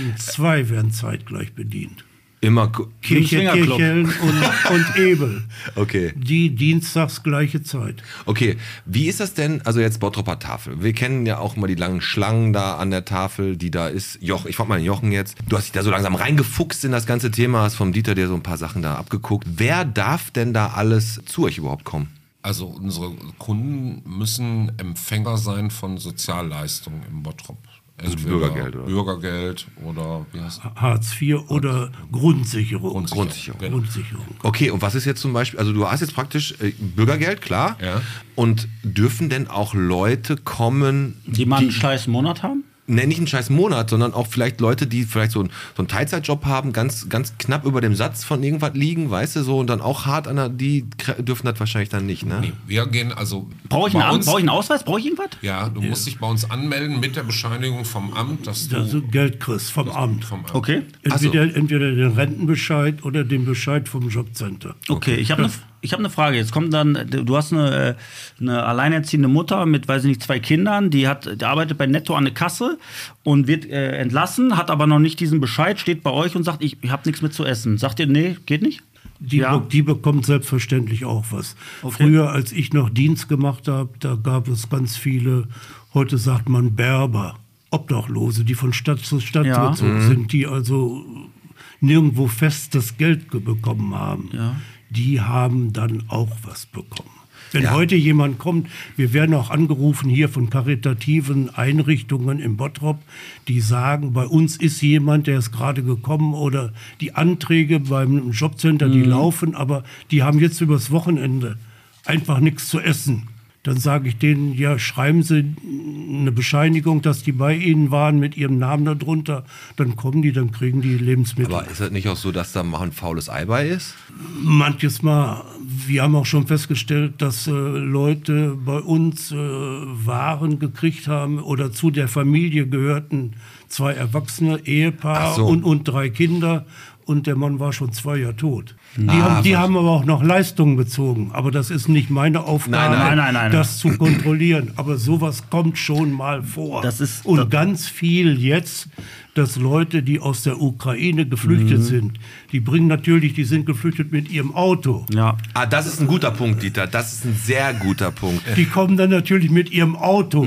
2 werden zeitgleich bedient. Immer Kirchhellen und Ebel. Okay. Die dienstags gleiche Zeit. Okay, wie ist das denn, also jetzt Bottropper Tafel. Wir kennen ja auch immer die langen Schlangen da an der Tafel, die da ist. Ich frag mal den Jochen jetzt. Du hast dich da so langsam reingefuchst in das ganze Thema, hast vom Dieter dir so ein paar Sachen da abgeguckt. Wer darf denn da alles zu euch überhaupt kommen? Also unsere Kunden müssen Empfänger sein von Sozialleistungen im Bottrop. Also Bürgergeld, oder? Bürgergeld oder wie heißt das? Hartz IV oder Grundsicherung. Grundsicherung. Okay, und was ist jetzt zum Beispiel, also du hast jetzt praktisch Bürgergeld, klar. Ja. Und dürfen denn auch Leute kommen, die mal einen scheiß Monat haben? Nee, nicht einen scheiß Monat, sondern auch vielleicht Leute, die vielleicht so einen Teilzeitjob haben, ganz knapp über dem Satz von irgendwas liegen, weißt du, so, und dann auch hart die dürfen das wahrscheinlich dann nicht, ne? Nee, wir gehen also... Brauche ich einen Ausweis? Brauche ich irgendwas? Ja, du musst dich bei uns anmelden mit der Bescheinigung vom Amt, dass du Geld kriegst vom Amt. Okay. Entweder den Rentenbescheid oder den Bescheid vom Jobcenter. Okay, ich habe Ich habe eine Frage. Jetzt kommt dann, du hast eine alleinerziehende Mutter mit, weiß ich nicht, 2 Kindern, die arbeitet bei Netto an der Kasse und wird entlassen, hat aber noch nicht diesen Bescheid, steht bei euch und sagt, ich habe nichts mit zu essen. Sagt ihr, nee, geht nicht? Die bekommt selbstverständlich auch was. Okay. Früher, als ich noch Dienst gemacht habe, da gab es ganz viele, heute sagt man Berber, Obdachlose, die von Stadt zu Stadt gezogen sind, die also nirgendwo festes Geld bekommen haben. Ja. Die haben dann auch was bekommen. Wenn heute jemand kommt, wir werden auch angerufen hier von karitativen Einrichtungen in Bottrop, die sagen, bei uns ist jemand, der ist gerade gekommen oder die Anträge beim Jobcenter, die laufen, aber die haben jetzt übers Wochenende einfach nichts zu essen. Dann sage ich denen, ja, schreiben Sie eine Bescheinigung, dass die bei Ihnen waren mit Ihrem Namen darunter. Dann kommen die, dann kriegen die Lebensmittel. Aber ist das nicht auch so, dass da mal ein faules Ei bei ist? Manches Mal. Wir haben auch schon festgestellt, dass Leute bei uns Waren gekriegt haben oder zu der Familie gehörten 2 Erwachsene, Ehepaar und 3 Kinder. Und der Mann war schon 2 Jahre tot. Die haben aber auch noch Leistungen bezogen. Aber das ist nicht meine Aufgabe, nein. das zu kontrollieren. Aber sowas kommt schon mal vor. Und ganz viel jetzt, dass Leute, die aus der Ukraine geflüchtet sind, die sind geflüchtet mit ihrem Auto. Ja. Das ist ein guter Punkt, Dieter. Das ist ein sehr guter Punkt. Die kommen dann natürlich mit ihrem Auto.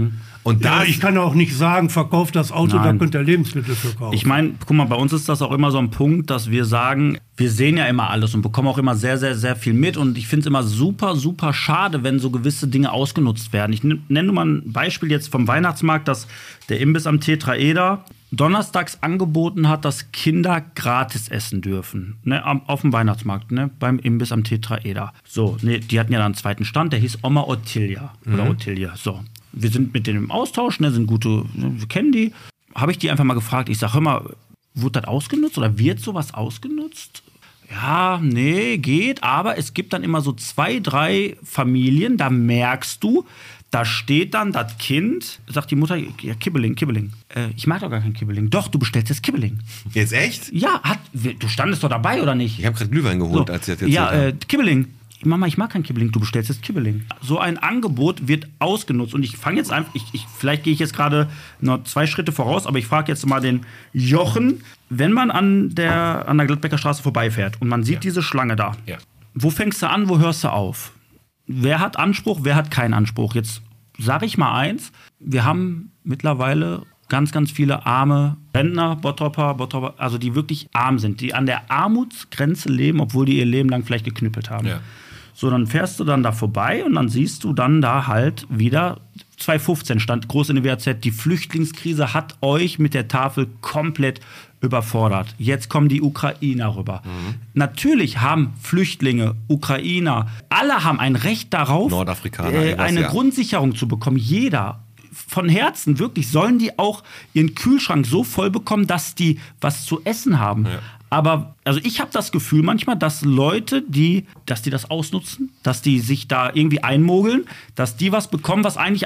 Und ich kann auch nicht sagen, verkauft das Auto, da könnt ihr Lebensmittel verkaufen. Ich meine, guck mal, bei uns ist das auch immer so ein Punkt, dass wir sagen, wir sehen ja immer alles und bekommen auch immer sehr, sehr, sehr viel mit. Und ich finde es immer super, super schade, wenn so gewisse Dinge ausgenutzt werden. Ich nenne nur mal ein Beispiel jetzt vom Weihnachtsmarkt, dass der Imbiss am Tetraeder donnerstags angeboten hat, dass Kinder gratis essen dürfen. Ne, auf dem Weihnachtsmarkt, ne, beim Imbiss am Tetraeder. So, ne, die hatten ja dann einen zweiten Stand, der hieß Oma Ottilia. Oder Ottilia, so. Wir sind mit denen im Austausch, ne, sind gute, wir kennen die. Habe ich die einfach mal gefragt, ich sage, hör mal, wurde das ausgenutzt oder wird sowas ausgenutzt? Ja, nee, geht, aber es gibt dann immer so 2, 3 Familien, da merkst du, da steht dann das Kind, sagt die Mutter, ja, Kibbeling. Ich mag doch gar kein Kibbeling. Doch, du bestellst jetzt Kibbeling. Jetzt echt? Ja, du standest doch dabei, oder nicht? Ich habe gerade Glühwein geholt, als ich das erzählt habe. Kibbeling. Mama, ich mag kein Kibbeling, du bestellst jetzt Kibbeling. So ein Angebot wird ausgenutzt. Und ich fange jetzt einfach, vielleicht gehe ich jetzt gerade noch 2 Schritte voraus, aber ich frage jetzt mal den Jochen, wenn man an der Gladbecker Straße vorbeifährt und man sieht diese Schlange da, wo fängst du an, wo hörst du auf? Wer hat Anspruch, wer hat keinen Anspruch? Jetzt sage ich mal eins, wir haben mittlerweile ganz, ganz viele arme Rentner, Bottropper, also die wirklich arm sind, die an der Armutsgrenze leben, obwohl die ihr Leben lang vielleicht geknüppelt haben. Ja. So, dann fährst du dann da vorbei und dann siehst du dann da halt wieder 2015 stand groß in der WAZ, die Flüchtlingskrise hat euch mit der Tafel komplett überfordert. Jetzt kommen die Ukrainer rüber. Natürlich haben Flüchtlinge, Ukrainer, alle haben ein Recht darauf, Nordafrikaner, eine Grundsicherung zu bekommen. Jeder. Von Herzen, wirklich, sollen die auch ihren Kühlschrank so voll bekommen, dass die was zu essen haben. Ja. Aber also ich habe das Gefühl manchmal, dass Leute, dass die das ausnutzen, dass die sich da irgendwie einmogeln, dass die was bekommen, was eigentlich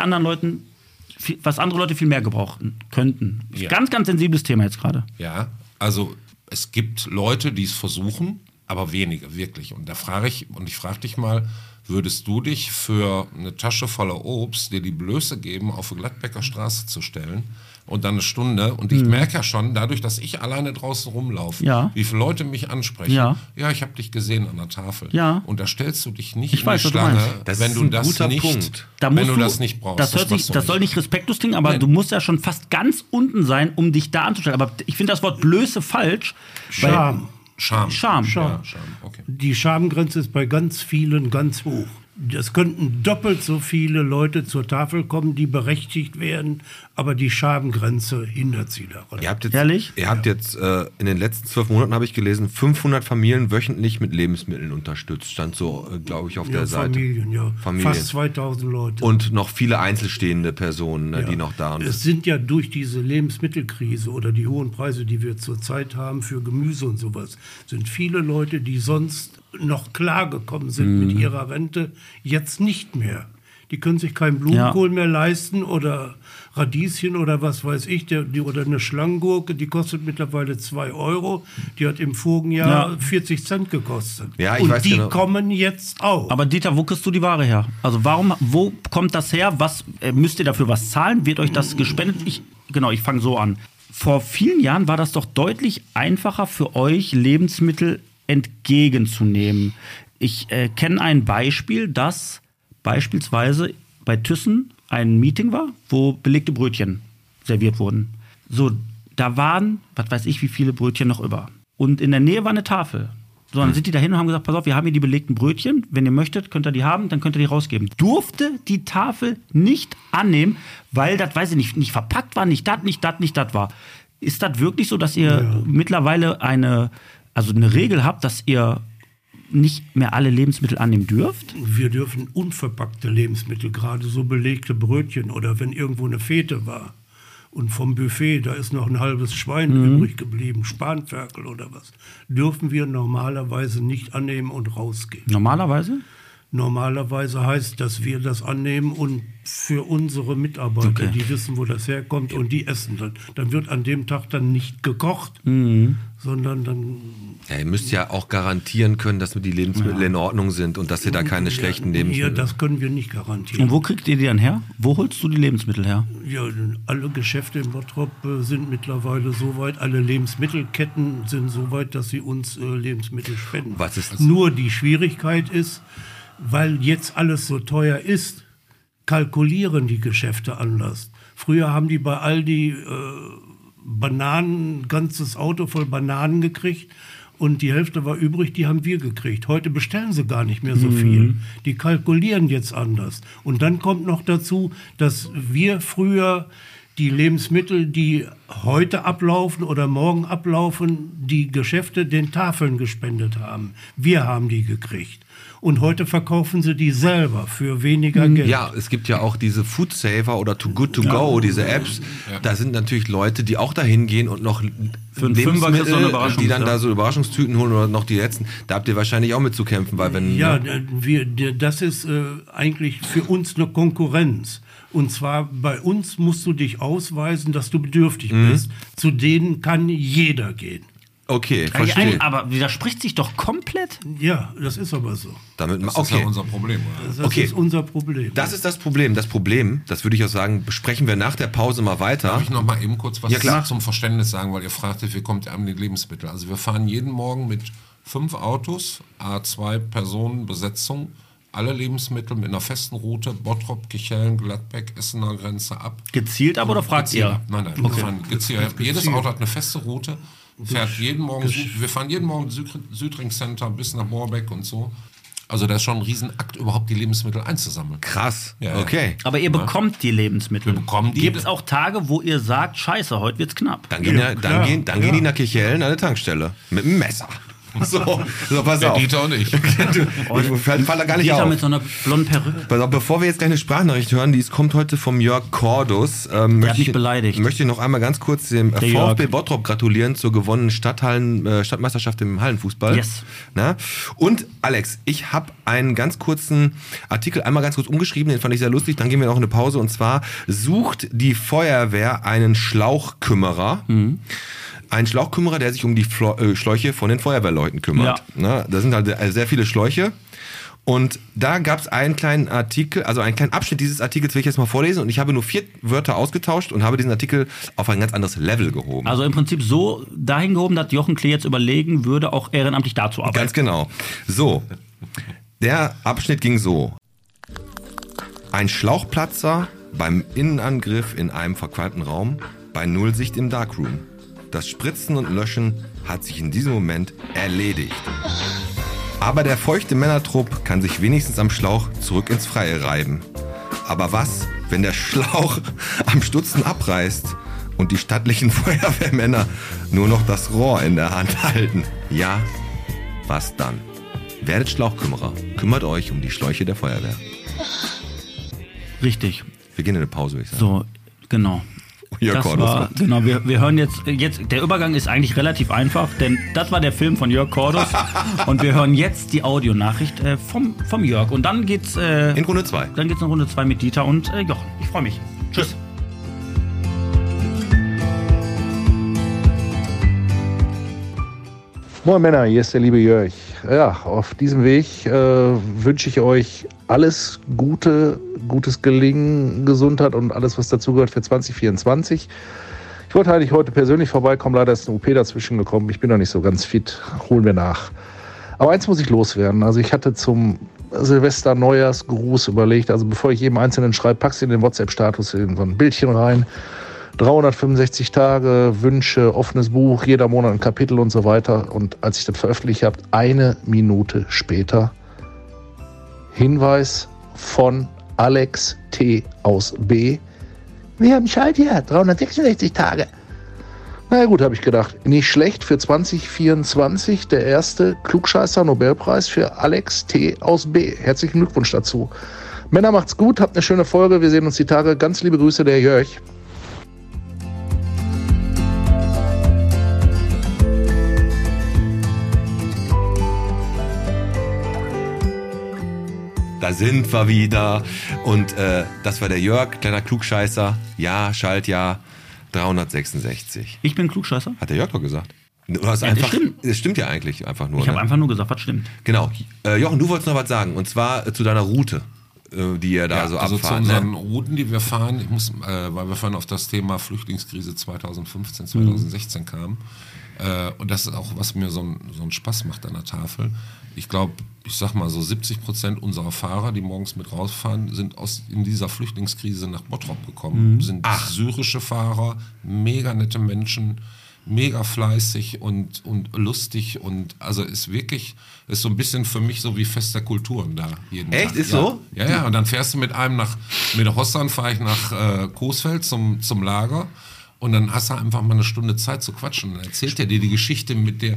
was andere Leute viel mehr gebrauchen könnten. Ja. Ganz, ganz sensibles Thema jetzt gerade. Ja, also es gibt Leute, die es versuchen, aber wenige, wirklich. Und ich frage dich mal, würdest du dich für eine Tasche voller Obst dir die Blöße geben, auf die Gladbecker Straße zu stellen und dann eine Stunde? Und ich merke ja schon, dadurch, dass ich alleine draußen rumlaufe, wie viele Leute mich ansprechen. Ja, ich habe dich gesehen an der Tafel. Ja. Und da stellst du dich nicht in die Schlange, wenn du das nicht brauchst. Das soll nicht respektlos klingen, aber du musst ja schon fast ganz unten sein, um dich da anzustellen. Aber ich finde das Wort Blöße falsch. Scham. Ja, okay. Die Schamgrenze ist bei ganz vielen ganz hoch. Es könnten doppelt so viele Leute zur Tafel kommen, die berechtigt werden, aber die Schamgrenze hindert sie daran. Ihr habt jetzt in den letzten 12 Monaten, habe ich gelesen, 500 Familien wöchentlich mit Lebensmitteln unterstützt. Stand so, glaube ich, auf der Seite. Familien. Fast 2000 Leute. Und noch viele einzelstehende Personen, die noch da sind. Es sind ja durch diese Lebensmittelkrise oder die hohen Preise, die wir zurzeit haben für Gemüse und sowas, sind viele Leute, die sonst noch klargekommen sind mit ihrer Rente, jetzt nicht mehr. Die können sich keinen Blumenkohl mehr leisten oder Radieschen oder was weiß ich, oder eine Schlangengurke, die kostet mittlerweile 2 €. Die hat im vorigen Jahr 40 Cent gekostet. Ja, ich und weiß die genau. kommen jetzt auch. Aber Dieter, wo kriegst du die Ware her? Also wo kommt das her? Was müsst ihr dafür was zahlen? Wird euch das gespendet? Ich fange so an. Vor vielen Jahren war das doch deutlich einfacher für euch, Lebensmittel entgegenzunehmen. Ich kenne ein Beispiel, dass beispielsweise bei Thyssen ein Meeting war, wo belegte Brötchen serviert wurden. So, da waren, was weiß ich, wie viele Brötchen noch über. Und in der Nähe war eine Tafel. So, dann sind die dahin und haben gesagt, pass auf, wir haben hier die belegten Brötchen. Wenn ihr möchtet, könnt ihr die haben, dann könnt ihr die rausgeben. Durfte die Tafel nicht annehmen, weil das, weiß ich nicht verpackt war, nicht das war. Ist das wirklich so, dass ihr mittlerweile eine Regel habt, dass ihr nicht mehr alle Lebensmittel annehmen dürft? Wir dürfen unverpackte Lebensmittel, gerade so belegte Brötchen oder wenn irgendwo eine Fete war und vom Buffet, da ist noch ein halbes Schwein übrig geblieben, Spanferkel oder was, dürfen wir normalerweise nicht annehmen und rausgeben. Normalerweise? Normalerweise heißt, dass wir das annehmen und für unsere Mitarbeiter, die wissen, wo das herkommt und die essen dann. Dann wird an dem Tag dann nicht gekocht, sondern dann... Ja, ihr müsst ja auch garantieren können, dass die Lebensmittel in Ordnung sind und dass ihr da keine schlechten Lebensmittel... Ja, das können wir nicht garantieren. Und wo kriegt ihr die dann her? Wo holst du die Lebensmittel her? Ja, alle Geschäfte in Bottrop sind mittlerweile so weit, alle Lebensmittelketten sind so weit, dass sie uns Lebensmittel spenden. Was ist das? Nur die Schwierigkeit ist, weil jetzt alles so teuer ist, kalkulieren die Geschäfte anders. Früher haben die bei Aldi Bananen, ein ganzes Auto voll Bananen gekriegt und die Hälfte war übrig, die haben wir gekriegt. Heute bestellen sie gar nicht mehr so viel. Die kalkulieren jetzt anders. Und dann kommt noch dazu, dass wir früher die Lebensmittel, die heute ablaufen oder morgen ablaufen, die Geschäfte den Tafeln gespendet haben. Wir haben die gekriegt. Und heute verkaufen sie die selber für weniger Geld. Ja, es gibt ja auch diese Food Saver oder Too Good To Go, diese Apps. Da sind natürlich Leute, die auch dahin gehen und noch für einen Fünfer kriegst du eine die dann da so Überraschungstüten holen oder noch die letzten. Da habt ihr wahrscheinlich auch mit zu kämpfen, weil wenn... Ja, das ist eigentlich für uns eine Konkurrenz. Und zwar bei uns musst du dich ausweisen, dass du bedürftig bist. Zu denen kann jeder gehen. Okay, verstehe. Aber widerspricht sich doch komplett? Ja, das ist aber so. Das ist ja unser Problem. Das ist unser Problem. Das ist das Problem. Das Problem, das würde ich auch sagen, besprechen wir nach der Pause mal weiter. Darf ich noch mal eben kurz was klar. zum Verständnis sagen, weil ihr fragtet, wie kommt ihr an die Lebensmittel? Also wir fahren jeden Morgen mit 5 Autos, A2 Personen, Besetzung, alle Lebensmittel mit einer festen Route, Bottrop, Kichellen, Gladbeck, Essener Grenze ab. Gezielt ab oder fragt ihr? Nein, wir fahren gezielt. Jedes Auto hat eine feste Route. Wir fahren jeden Morgen Südring Center bis nach Moorbeck und so. Also das ist schon ein Riesenakt, überhaupt die Lebensmittel einzusammeln. Krass, Ja. okay. Aber ihr bekommt die Lebensmittel. Wir bekommen die. Gibt es auch Tage, wo ihr sagt, scheiße, heute wird's knapp? Dann gehen die nach Kirchhellen an eine Tankstelle mit einem Messer. So, pass Der auf. Dieter und ich. Ich fall da gar nicht Dieter auf. mit so einer blonden Perücke. Pass auf, bevor wir jetzt gleich eine Sprachnachricht hören, kommt heute vom Jörg Cordus. hat mich beleidigt. Möchte ich noch einmal ganz kurz dem VfB Jörg. Bottrop gratulieren zur gewonnenen Stadtmeisterschaft im Hallenfußball. Yes. Na? Und Alex, ich habe einen ganz kurzen Artikel einmal ganz kurz umgeschrieben, den fand ich sehr lustig, dann gehen wir noch in eine Pause. Und zwar sucht die Feuerwehr einen Schlauchkümmerer. Ein Schlauchkümmerer, der sich um die Schläuche von den Feuerwehrleuten kümmert. Na, da sind halt sehr viele Schläuche. Und da gab es einen kleinen Artikel, also einen kleinen Abschnitt dieses Artikels will ich jetzt mal vorlesen. Und ich habe nur 4 Wörter ausgetauscht und habe diesen Artikel auf ein ganz anderes Level gehoben. Also im Prinzip so dahin gehoben, dass Jochen Klee jetzt überlegen würde, auch ehrenamtlich da zu arbeiten. Ganz genau. So, der Abschnitt ging so. Ein Schlauchplatzer beim Innenangriff in einem verqualmten Raum bei Nullsicht im Darkroom. Das Spritzen und Löschen hat sich in diesem Moment erledigt. Aber der feuchte Männertrupp kann sich wenigstens am Schlauch zurück ins Freie reiben. Aber was, wenn der Schlauch am Stutzen abreißt und die stattlichen Feuerwehrmänner nur noch das Rohr in der Hand halten? Ja, was dann? Werdet Schlauchkümmerer. Kümmert euch um die Schläuche der Feuerwehr. Richtig. Wir gehen in eine Pause, würde ich sagen. So, genau. Jörg Cordus. Genau, wir hören jetzt, der Übergang ist eigentlich relativ einfach, denn das war der Film von Jörg Cordus und wir hören jetzt die Audionachricht vom Jörg. Und dann geht's in Runde 2. Dann geht's in Runde 2 mit Dieter und Jochen. Ich freue mich. Tschüss. Moin Männer, hier ist der liebe Jörg. Ja, auf diesem Weg wünsche ich euch alles Gute, gutes Gelingen, Gesundheit und alles, was dazugehört für 2024. Ich wollte eigentlich heute persönlich vorbeikommen, leider ist eine OP dazwischen gekommen. Ich bin noch nicht so ganz fit, holen wir nach. Aber eins muss ich loswerden. Also ich hatte zum Silvester-Neujahrsgruß überlegt, also bevor ich jedem Einzelnen schreibe, packst du in den WhatsApp-Status in so ein Bildchen rein. 365 Tage, Wünsche, offenes Buch, jeder Monat ein Kapitel und so weiter. Und als ich das veröffentlicht habe, 1 Minute später, Hinweis von Alex T. aus B. Wir haben Schaltjahr, 366 Tage. Na ja, gut, habe ich gedacht. Nicht schlecht für 2024. Der erste Klugscheißer-Nobelpreis für Alex T. aus B. Herzlichen Glückwunsch dazu. Männer, macht's gut, habt eine schöne Folge. Wir sehen uns die Tage. Ganz liebe Grüße, der Jörg. Da sind wir wieder. Und das war der Jörg, kleiner Klugscheißer. Ja, Schaltjahr 366. Ich bin Klugscheißer? Hat der Jörg doch gesagt. Du hast einfach, das stimmt ja eigentlich einfach nur. Ich habe einfach nur gesagt, was stimmt. Genau. Jochen, du wolltest noch was sagen. Und zwar zu deiner Route, die ihr da so also abfahrt. Zu unseren Routen, die wir fahren. Ich muss, weil wir vorhin auf das Thema Flüchtlingskrise 2015, 2016 kamen. Und das ist auch, was mir so einen Spaß macht an der Tafel. Ich glaube, ich sag mal so 70% unserer Fahrer, die morgens mit rausfahren, sind in dieser Flüchtlingskrise nach Bottrop gekommen. Sind syrische Fahrer, mega nette Menschen, mega fleißig und lustig und also ist so ein bisschen für mich so wie Fest der Kulturen da jeden Tag. Echt? Ist so? Ja, und dann fährst du mit der Hossan fahre ich nach Coesfeld zum Lager und dann hast du einfach mal eine Stunde Zeit zu quatschen. Dann erzählt er dir die Geschichte mit der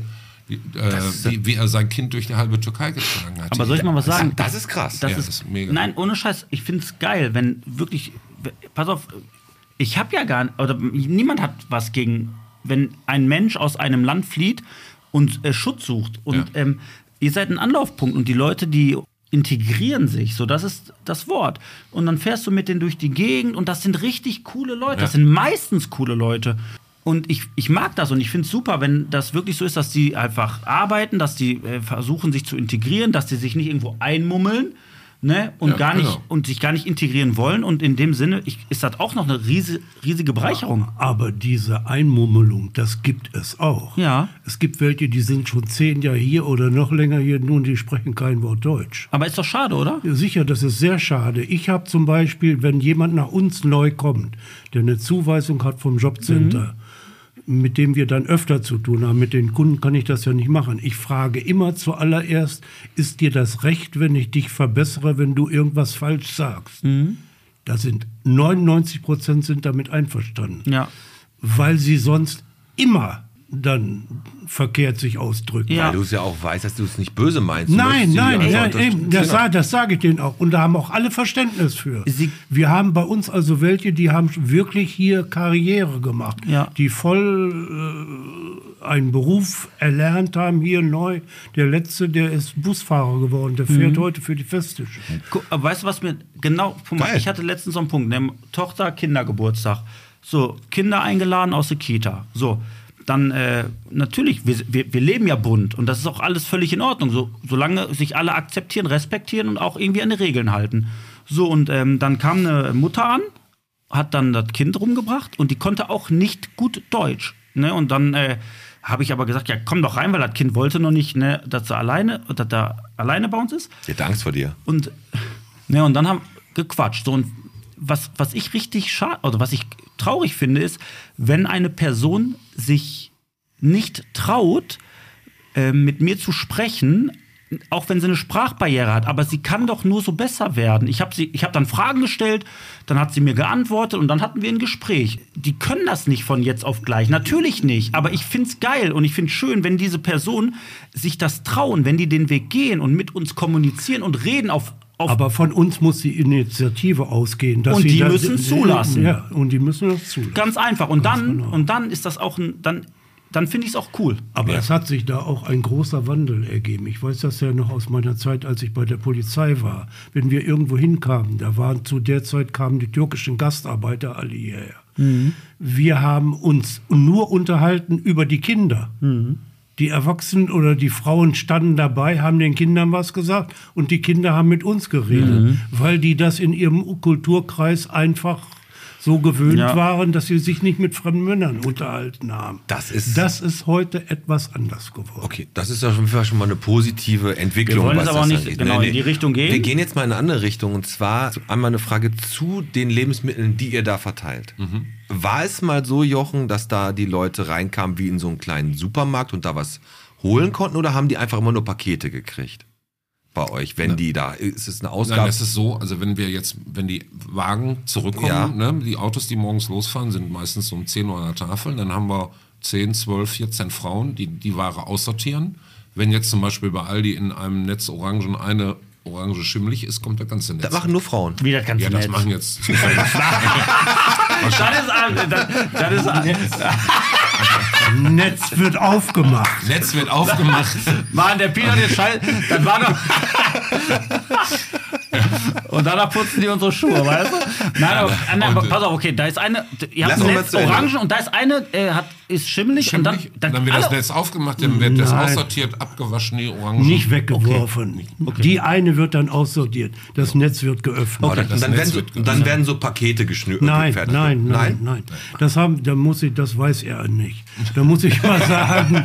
wie er sein Kind durch die halbe Türkei getragen hat. Aber soll ich mal was sagen? Das ist krass. Das ist mega. Nein, ohne Scheiß. Ich finde es geil, wenn wirklich. Pass auf, ich habe ja gar nicht. Oder niemand hat was gegen, wenn ein Mensch aus einem Land flieht und Schutz sucht. Und ihr seid ein Anlaufpunkt und die Leute, die integrieren sich, so das ist das Wort. Und dann fährst du mit denen durch die Gegend und das sind richtig coole Leute. Das sind meistens coole Leute. Und ich mag das und ich finde es super, wenn das wirklich so ist, dass die einfach arbeiten, dass die versuchen, sich zu integrieren, dass die sich nicht irgendwo einmummeln, ne, und und sich gar nicht integrieren wollen. Und in dem Sinne ist das auch noch eine riesige Bereicherung. Aber diese Einmummelung, das gibt es auch. Ja. Es gibt welche, die sind schon 10 Jahre hier oder noch länger hier, nun, die sprechen kein Wort Deutsch. Aber ist doch schade, oder? Ja, sicher, das ist sehr schade. Ich habe zum Beispiel, wenn jemand nach uns neu kommt, der eine Zuweisung hat vom Jobcenter, mit dem wir dann öfter zu tun haben. Mit den Kunden kann ich das ja nicht machen. Ich frage immer zuallererst, ist dir das recht, wenn ich dich verbessere, wenn du irgendwas falsch sagst? Da sind 99% sind damit einverstanden. Ja. Weil sie sonst immer dann verkehrt sich ausdrücken. Ja. Weil du es ja auch weißt, dass du es nicht böse meinst. Nein, das sage ich denen auch. Und da haben auch alle Verständnis für. Wir haben bei uns also welche, die haben wirklich hier Karriere gemacht. Ja. Die voll einen Beruf erlernt haben, hier neu. Der Letzte, der ist Busfahrer geworden. Der fährt heute für die Festische. Weißt du, was mir genau... Ich hatte letztens so einen Punkt. Ne? Tochter, Kindergeburtstag. So, Kinder eingeladen aus der Kita. So. Dann natürlich, wir leben ja bunt und das ist auch alles völlig in Ordnung, solange sich alle akzeptieren, respektieren und auch irgendwie an die Regeln halten. So, und dann kam eine Mutter an, hat dann das Kind rumgebracht und die konnte auch nicht gut Deutsch. Ne? Und dann habe ich aber gesagt, ja, komm doch rein, weil das Kind wollte noch nicht, ne, dass er alleine bei uns ist. Ich hätte Angst vor dir. Und dann haben wir gequatscht. So, und was ich richtig schade, oder was ich traurig finde, ist, wenn eine Person sich nicht traut, mit mir zu sprechen, auch wenn sie eine Sprachbarriere hat, aber sie kann doch nur so besser werden. Ich hab dann Fragen gestellt, dann hat sie mir geantwortet und dann hatten wir ein Gespräch. Die können das nicht von jetzt auf gleich, natürlich nicht, aber ich find's geil und ich find's schön, wenn diese Personen sich das trauen, wenn die den Weg gehen und mit uns kommunizieren und reden auf Aber von uns muss die Initiative ausgehen. Dass Und sie die das, müssen zulassen. Ja, und die müssen das zulassen. Ganz einfach. Und dann, genau. und dann ist das auch dann finde ich es auch cool. Aber es hat sich da auch ein großer Wandel ergeben. Ich weiß das ja noch aus meiner Zeit, als ich bei der Polizei war. Wenn wir irgendwo hinkamen, zu der Zeit kamen die türkischen Gastarbeiter alle hierher. Wir haben uns nur unterhalten über die Kinder. Die Erwachsenen oder die Frauen standen dabei, haben den Kindern was gesagt und die Kinder haben mit uns geredet, weil die das in ihrem Kulturkreis einfach so gewöhnt waren, dass sie sich nicht mit fremden Männern unterhalten haben. Das ist heute etwas anders geworden. Okay, das ist auf jeden Fall schon mal eine positive Entwicklung. Wir wollen jetzt aber auch nicht genau in die Richtung gehen. Wir gehen jetzt mal in eine andere Richtung und zwar einmal eine Frage zu den Lebensmitteln, die ihr da verteilt. War es mal so, Jochen, dass da die Leute reinkamen wie in so einen kleinen Supermarkt und da was holen konnten oder haben die einfach immer nur Pakete gekriegt? Bei euch, wenn die da, ist es eine Ausgabe? Nein, es ist so, also wenn die Wagen zurückkommen, ne, die Autos, die morgens losfahren, sind meistens um 10 Uhr an der Tafel, dann haben wir 10, 12, 14 Frauen, die die Ware aussortieren. Wenn jetzt zum Beispiel bei Aldi in einem Netz Orangen eine Orange schimmelig ist, kommt der ganze Netz. Das machen nur Frauen. Wie das ganze Ja, das Netz. machen jetzt. Netz wird aufgemacht. Netz wird aufgemacht. Mann, der Peter, den Scheiß, das war doch... Und danach putzen die unsere Schuhe, weißt du? Nein, aber pass auf, okay, da ist eine, ihr habt ein Netz Orangen und da ist eine, ist schimmelig und dann wird das Netz aufgemacht, dann wird das aussortiert, abgewaschen, die Orangen. Nicht weggeworfen. Okay. Die eine wird dann aussortiert. Das Netz wird geöffnet. Okay. Und dann werden so Pakete geschnürt. Nein. Das weiß er nicht. Da muss ich mal sagen,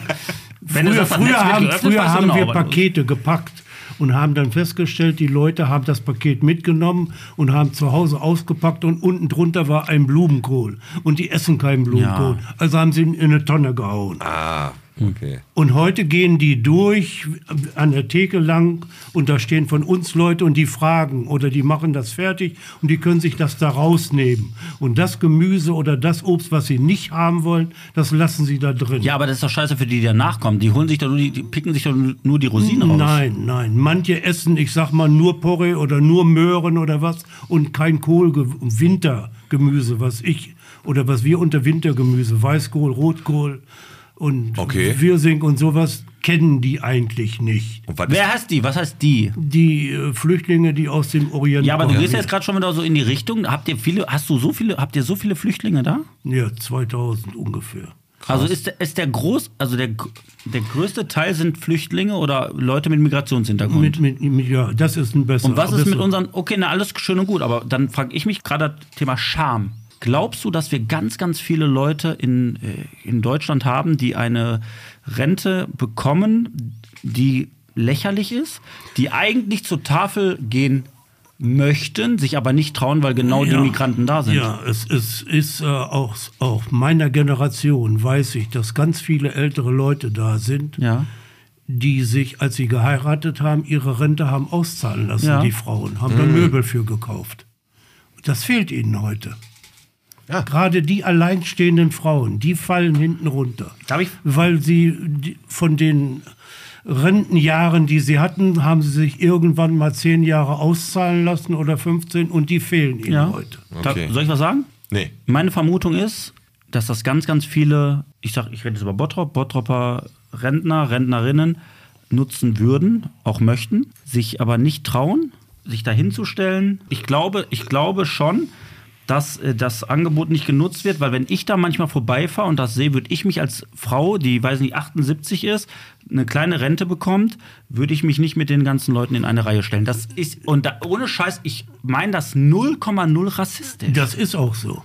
früher haben wir Pakete gepackt und haben dann festgestellt, die Leute haben das Paket mitgenommen und haben zu Hause ausgepackt und unten drunter war ein Blumenkohl. Und die essen keinen Blumenkohl. Ja. Also haben sie ihn in eine Tonne gehauen. Ah, okay. Und heute gehen die durch an der Theke lang und da stehen von uns Leute und die fragen oder die machen das fertig und die können sich das da rausnehmen. Und das Gemüse oder das Obst, was sie nicht haben wollen, das lassen sie da drin. Ja, aber das ist doch scheiße für die, die danach kommen. Die holen sich doch die picken sich doch nur die Rosinen raus. Nein. Manche essen, ich sag mal, nur Porree oder nur Möhren oder was und kein Wintergemüse, was wir unter Wintergemüse, Weißkohl, Rotkohl und Wirsing und sowas kennen die eigentlich nicht. Wer heißt die? Was heißt die? Die Flüchtlinge, die aus dem Orient kommen. Ja, aber du gehst jetzt gerade schon wieder so in die Richtung. Habt ihr so viele Flüchtlinge da? Ja, 2000 ungefähr. Krass. Also der größte Teil sind Flüchtlinge oder Leute mit Migrationshintergrund? Ja, das ist ein besserer. Und was ist mit unseren, alles schön und gut, aber dann frage ich mich gerade das Thema Scham. Glaubst du, dass wir ganz, ganz viele Leute in Deutschland haben, die eine Rente bekommen, die lächerlich ist, die eigentlich zur Tafel gehen möchten, sich aber nicht trauen, weil genau die Migranten da sind? Ja, es ist auch meiner Generation, weiß ich, dass ganz viele ältere Leute da sind, die sich, als sie geheiratet haben, ihre Rente haben auszahlen lassen, die Frauen, haben da Möbel für gekauft. Das fehlt ihnen heute. Ja. Gerade die alleinstehenden Frauen, die fallen hinten runter. Weil sie von den Rentenjahren, die sie hatten, haben sie sich irgendwann mal 10 Jahre auszahlen lassen oder 15 und die fehlen ihnen heute. Okay. Soll ich was sagen? Nee. Meine Vermutung ist, dass das ganz, ganz viele, ich rede jetzt über Bottropper Rentner, Rentnerinnen nutzen würden, auch möchten, sich aber nicht trauen, sich dahin zu stellen. Ich glaube schon, dass das Angebot nicht genutzt wird, weil wenn ich da manchmal vorbeifahre und das sehe, würde ich mich als Frau, die, 78 ist, eine kleine Rente bekommt, würde ich mich nicht mit den ganzen Leuten in eine Reihe stellen. Das ist, ohne Scheiß, ich meine das 0,0 rassistisch. Das ist auch so.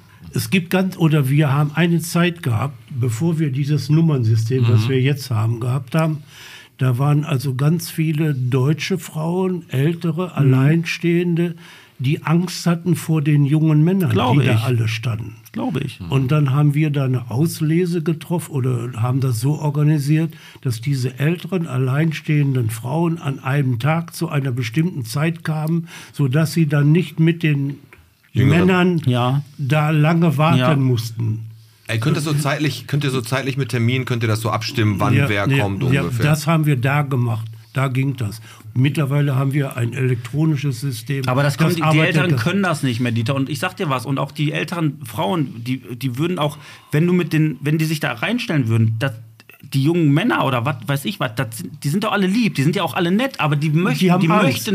Wir haben eine Zeit gehabt, bevor wir dieses Nummernsystem, was wir jetzt haben, gehabt haben, da waren also ganz viele deutsche Frauen, ältere, Alleinstehende, die Angst hatten vor den jungen Männern, die da alle standen. Glaube ich. Und dann haben wir da eine Auslese getroffen oder haben das so organisiert, dass diese älteren, alleinstehenden Frauen an einem Tag zu einer bestimmten Zeit kamen, sodass sie dann nicht mit den Männern da lange warten mussten. Ey, könnt ihr so zeitlich mit Terminen, könnt ihr das so abstimmen, wann wer kommt ungefähr? Das haben wir da gemacht. Da ging das. Mittlerweile haben wir ein elektronisches System. Aber die arbeitet Eltern können das nicht mehr, Dieter. Und ich sag dir was, und auch die älteren Frauen, die würden auch, wenn die sich da reinstellen würden, die jungen Männer oder was weiß ich was, die sind doch alle lieb, die sind ja auch alle nett, aber die haben Angst.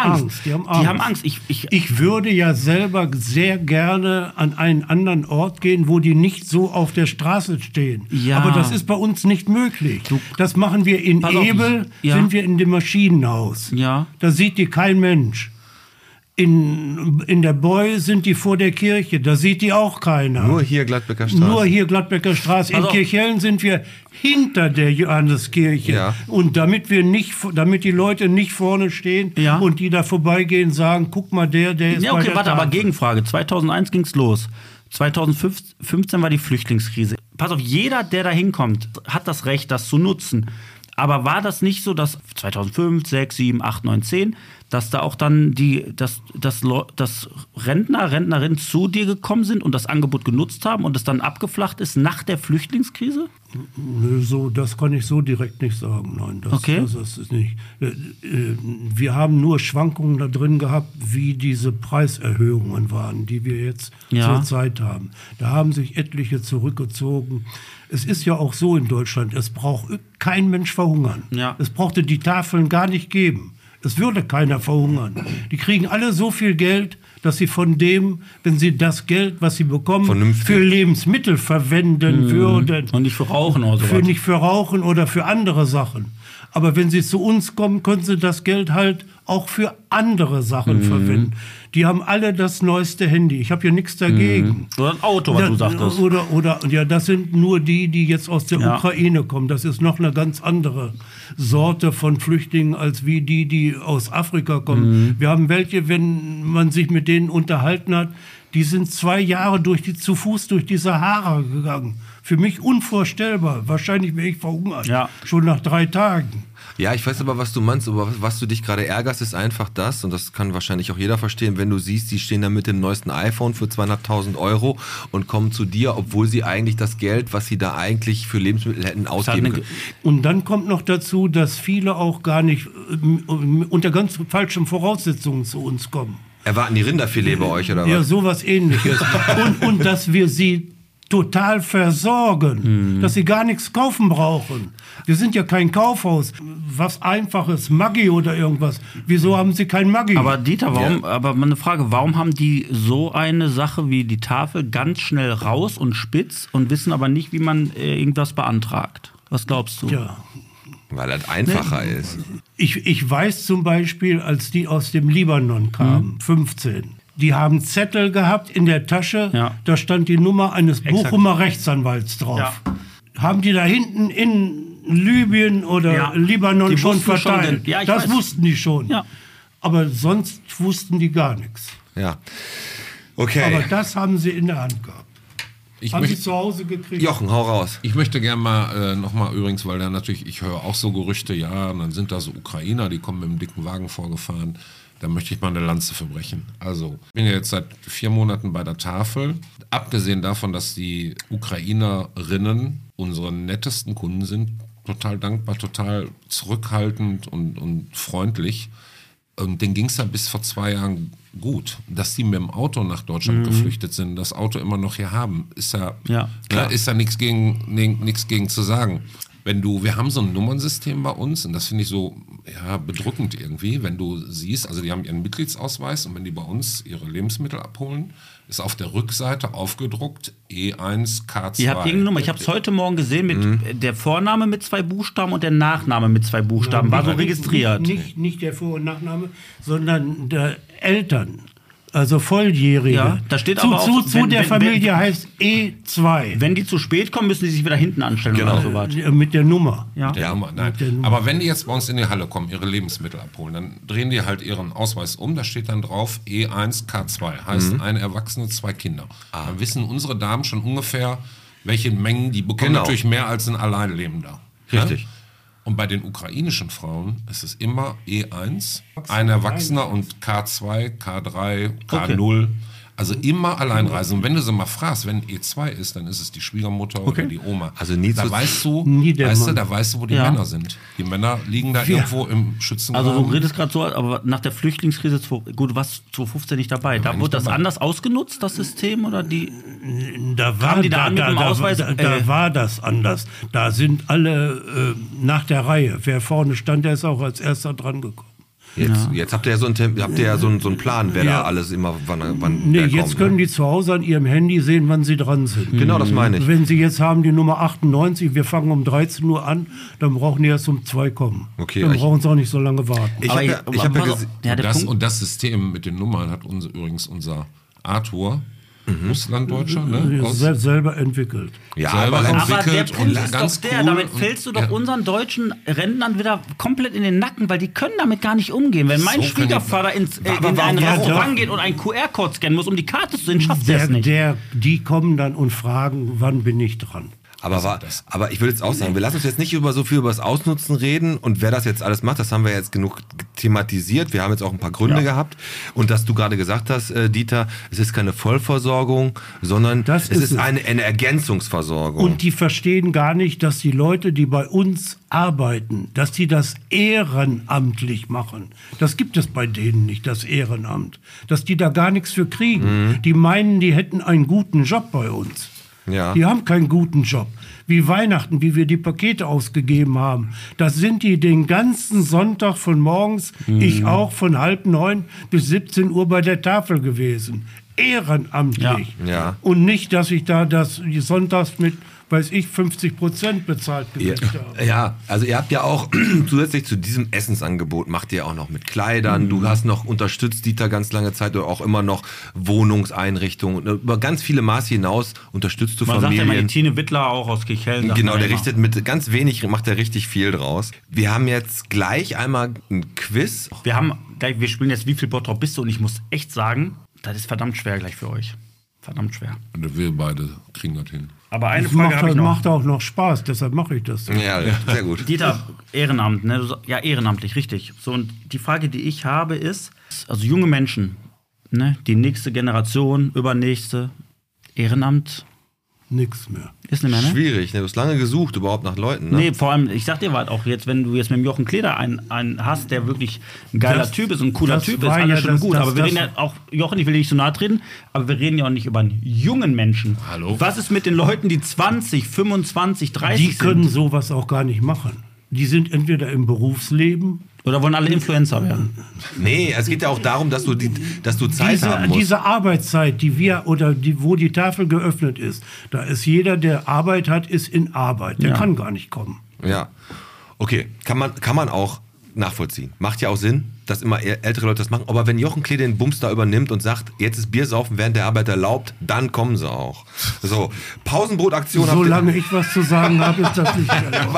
Ich würde ja selber sehr gerne an einen anderen Ort gehen, wo die nicht so auf der Straße stehen. Ja. Aber das ist bei uns nicht möglich. Das machen wir in Ebel, sind wir in dem Maschinenhaus. Ja. Da sieht die kein Mensch. In der Boy sind die vor der Kirche, da sieht die auch keiner. Nur hier Gladbecker Straße. In Kirchhellen sind wir hinter der Johanneskirche. Ja. Und damit die Leute nicht vorne stehen und die da vorbeigehen, sagen, guck mal, der ist ja, okay, warte, aber Gegenfrage. 2001 ging's los. 2015 war die Flüchtlingskrise. Pass auf, jeder, der da hinkommt, hat das Recht, das zu nutzen. Aber war das nicht so, dass 2005, 6, 7, 8, 9, 10, dass da auch dann dass Rentner, Rentnerinnen zu dir gekommen sind und das Angebot genutzt haben und es dann abgeflacht ist nach der Flüchtlingskrise? Nö, das kann ich so direkt nicht sagen. Nein, das ist nicht. Wir haben nur Schwankungen da drin gehabt, wie diese Preiserhöhungen waren, die wir jetzt zurzeit haben. Da haben sich etliche zurückgezogen. Es ist ja auch so in Deutschland, es braucht kein Mensch verhungern. Ja. Es brauchte die Tafeln gar nicht geben. Es würde keiner verhungern. Die kriegen alle so viel Geld, dass sie von dem, wenn sie das Geld, was sie bekommen, für Lebensmittel verwenden würden. Und nicht für Rauchen oder so. Nicht für Rauchen oder für andere Sachen. Aber wenn sie zu uns kommen, können sie das Geld halt auch für andere Sachen verwenden. Die haben alle das neueste Handy. Ich habe ja nichts dagegen. Oder ein Auto, was du sagtest. Oder das sind nur die jetzt aus der Ukraine kommen. Das ist noch eine ganz andere Sorte von Flüchtlingen, als wie die aus Afrika kommen. Wir haben welche, wenn man sich mit denen unterhalten hat, die sind 2 Jahre zu Fuß durch die Sahara gegangen. Für mich unvorstellbar. Wahrscheinlich wäre ich verhungert. Ja. Schon nach 3 Tagen. Ja, ich weiß aber, was du meinst, aber was du dich gerade ärgerst, ist einfach das, und das kann wahrscheinlich auch jeder verstehen, wenn du siehst, die stehen da mit dem neuesten iPhone für 200.000 Euro und kommen zu dir, obwohl sie eigentlich das Geld, was sie da eigentlich für Lebensmittel hätten, ausgeben können. Und dann kommt noch dazu, dass viele auch gar nicht unter ganz falschen Voraussetzungen zu uns kommen. Erwarten die Rinderfilet bei euch, oder was? Ja, sowas Ähnliches. und dass wir sie total versorgen, dass sie gar nichts kaufen brauchen. Wir sind ja kein Kaufhaus. Was Einfaches, Maggi oder irgendwas. Wieso haben sie kein Maggi? Aber Dieter, aber mal eine Frage, warum haben die so eine Sache wie die Tafel ganz schnell raus und spitz und wissen aber nicht, wie man irgendwas beantragt? Was glaubst du? Ja. Weil das einfacher ist. Ich weiß zum Beispiel, als die aus dem Libanon kamen, 15, die haben Zettel gehabt in der Tasche, da stand die Nummer eines Bochumer Rechtsanwalts drauf. Ja. Haben die da hinten in Libyen oder Libanon schon verteilt? Das wussten die schon. Ja. Aber sonst wussten die gar nichts. Ja. Okay. Aber das haben sie in der Hand gehabt. Haben sie zu Hause gekriegt? Jochen, hau raus. Ich möchte gerne mal nochmal übrigens, weil da natürlich, ich höre auch so Gerüchte, und dann sind da so Ukrainer, die kommen mit einem dicken Wagen vorgefahren. Da möchte ich mal eine Lanze für brechen. Also, ich bin ja jetzt seit 4 Monaten bei der Tafel. Abgesehen davon, dass die Ukrainerinnen unsere nettesten Kunden sind, total dankbar, total zurückhaltend und freundlich. Und denen ging es ja bis vor 2 Jahren gut. Dass die mit dem Auto nach Deutschland geflüchtet sind, das Auto immer noch hier haben, ist ja nichts gegen zu sagen. Wir haben so ein Nummernsystem bei uns und das finde ich so bedrückend irgendwie, wenn du siehst, also die haben ihren Mitgliedsausweis und wenn die bei uns ihre Lebensmittel abholen, ist auf der Rückseite aufgedruckt E1 K2. Ihr habt irgendeine Nummer. Ich habe es heute Morgen gesehen mit der Vorname mit 2 Buchstaben und der Nachname mit 2 Buchstaben. War so registriert. Nicht der Vor- und Nachname, sondern der Eltern. Also Volljährige. Ja, da steht aber auch, zu der Familie heißt E2. Wenn die zu spät kommen, müssen die sich wieder hinten anstellen. Genau. Oder so was. Mit der Nummer. Ja. Mit der Nummer, nein. Aber wenn die jetzt bei uns in die Halle kommen, ihre Lebensmittel abholen, dann drehen die halt ihren Ausweis um. Da steht dann drauf E1 K2. Heißt eine Erwachsene, 2 Kinder. Dann wissen unsere Damen schon ungefähr, welche Mengen die bekommen. Natürlich mehr als ein Alleinlebender. Richtig. Ja? Und bei den ukrainischen Frauen ist es immer E1, ein Erwachsener und K2, K3, K0. Also immer allein reisen. Und wenn du sie mal fragst, wenn E2 ist, dann ist es die Schwiegermutter oder die Oma. Also nie da zu- weißt du, da weißt du, wo die Ja. Männer sind. Die Männer liegen da irgendwo im Schützengraben. Also du redest gerade so, aber nach der Flüchtlingskrise, gut, du warst 2015 nicht dabei. Da nicht wurde das dabei. anders ausgenutzt, das System? Oder die? Da war, Kamen die da an mit dem Ausweis? Da war das anders. Da sind alle nach der Reihe. Wer vorne stand, der ist auch als erster dran gekommen. Jetzt habt ihr ja so einen Plan, wer da alles immer wann Nee, wer jetzt kommt, können ne? die zu Hause an ihrem Handy sehen, wann sie dran sind. Genau, das meine ich. Wenn sie jetzt haben die Nummer 98, wir fangen um 13 Uhr an, dann brauchen die erst um 2 kommen. Okay, Dann ich- brauchen sie auch nicht so lange warten. Ich habe ja, ich hab ja gesehen, ja, der Punkt, Und das System mit den Nummern hat übrigens unser Arthur, Russlanddeutscher, ne? Aus- Selber entwickelt. ja, selber aber aber der entwickelt Punkt und ist ganz doch der, cool damit und- fällst du doch ja. unseren deutschen Rentnern wieder komplett in den Nacken, weil die können damit gar nicht umgehen. Wenn mein So kann Schwiegervater in ein ja, Restaurant doch. geht und einen QR-Code scannen muss, um die Karte zu sehen, schafft er es nicht. Die kommen dann und fragen, wann bin ich dran. aber ich würde jetzt auch sagen, wir lassen uns jetzt nicht so viel über das Ausnutzen reden und wer das jetzt alles macht, das haben wir jetzt genug thematisiert. Wir haben jetzt auch ein paar Gründe gehabt und dass du gerade gesagt hast, Dieter, es ist keine Vollversorgung, sondern Das es ist ist es. eine Ergänzungsversorgung. Und die verstehen gar nicht, dass die Leute, die bei uns arbeiten, dass die das ehrenamtlich machen. Das gibt es bei denen nicht, das Ehrenamt. Dass die da gar nichts für kriegen. Die meinen, die hätten einen guten Job bei uns. Ja. Die haben keinen guten Job. Wie Weihnachten, wie wir die Pakete ausgegeben haben. Das sind die den ganzen Sonntag von morgens, ich auch von 8:30 bis 17 Uhr bei der Tafel gewesen. Ehrenamtlich. Ja. Und nicht, dass ich da die sonntags mit, weiß ich, 50% bezahlt gekriegt habe. Ja, also ihr habt ja auch zusätzlich zu diesem Essensangebot macht ihr auch noch mit Kleidern. Du hast noch unterstützt, Dieter, ganz lange Zeit oder auch immer noch Wohnungseinrichtungen. Über ganz viele Maße hinaus unterstützt du Man sagt ja mal, die Familien. Tine Wittler auch aus Kirchhellen. sagt Genau, man der immer. richtet mit ganz wenig, macht er richtig viel draus. Wir haben jetzt gleich einmal ein Quiz. Wir spielen jetzt, wie viel Bottrop bist du? Und ich muss echt sagen, das ist verdammt schwer gleich für euch. Verdammt schwer. Und wir beide kriegen das hin. Aber eine Das Frage habe ich noch. macht auch noch Spaß, deshalb mache ich das. Ja, sehr gut. Dieter, Ehrenamt, ne? Ja, ehrenamtlich, richtig. So, und die Frage, die ich habe, ist, also junge Menschen, ne? Die nächste Generation, übernächste, Ehrenamt Nix mehr. ist nicht mehr, ne? Schwierig, ne? Du hast lange gesucht überhaupt nach Leuten, ne? Nee, vor allem, ich sag dir was, auch jetzt, wenn du jetzt mit dem Jochen Kleder einen hast, der wirklich ein geiler Das- Typ ist und ein cooler das Typ ist, war alles ja schon das- gut. das- Aber wir das- reden ja auch, Jochen, ich will dir nicht so nahe treten, aber wir reden ja auch nicht über einen jungen Menschen. Hallo? Was ist mit den Leuten, die 20, 25, 30 Die können sind? sowas auch gar nicht machen. Die sind entweder im Berufsleben. Oder wollen alle Influencer werden? Nee, es geht ja auch darum, dass du Zeit haben musst. Diese Arbeitszeit, wo die Tafel geöffnet ist, da ist jeder, der Arbeit hat, ist in Arbeit. Der Ja. kann gar nicht kommen. Ja. Okay, kann man auch nachvollziehen. Macht ja auch Sinn, dass immer ältere Leute das machen. Aber wenn Jochen Klee den Bums da übernimmt und sagt, jetzt ist Biersaufen während der Arbeit erlaubt, dann kommen sie auch. So, Pausenbrotaktion Solange ich was zu sagen habe, ist das nicht erlaubt.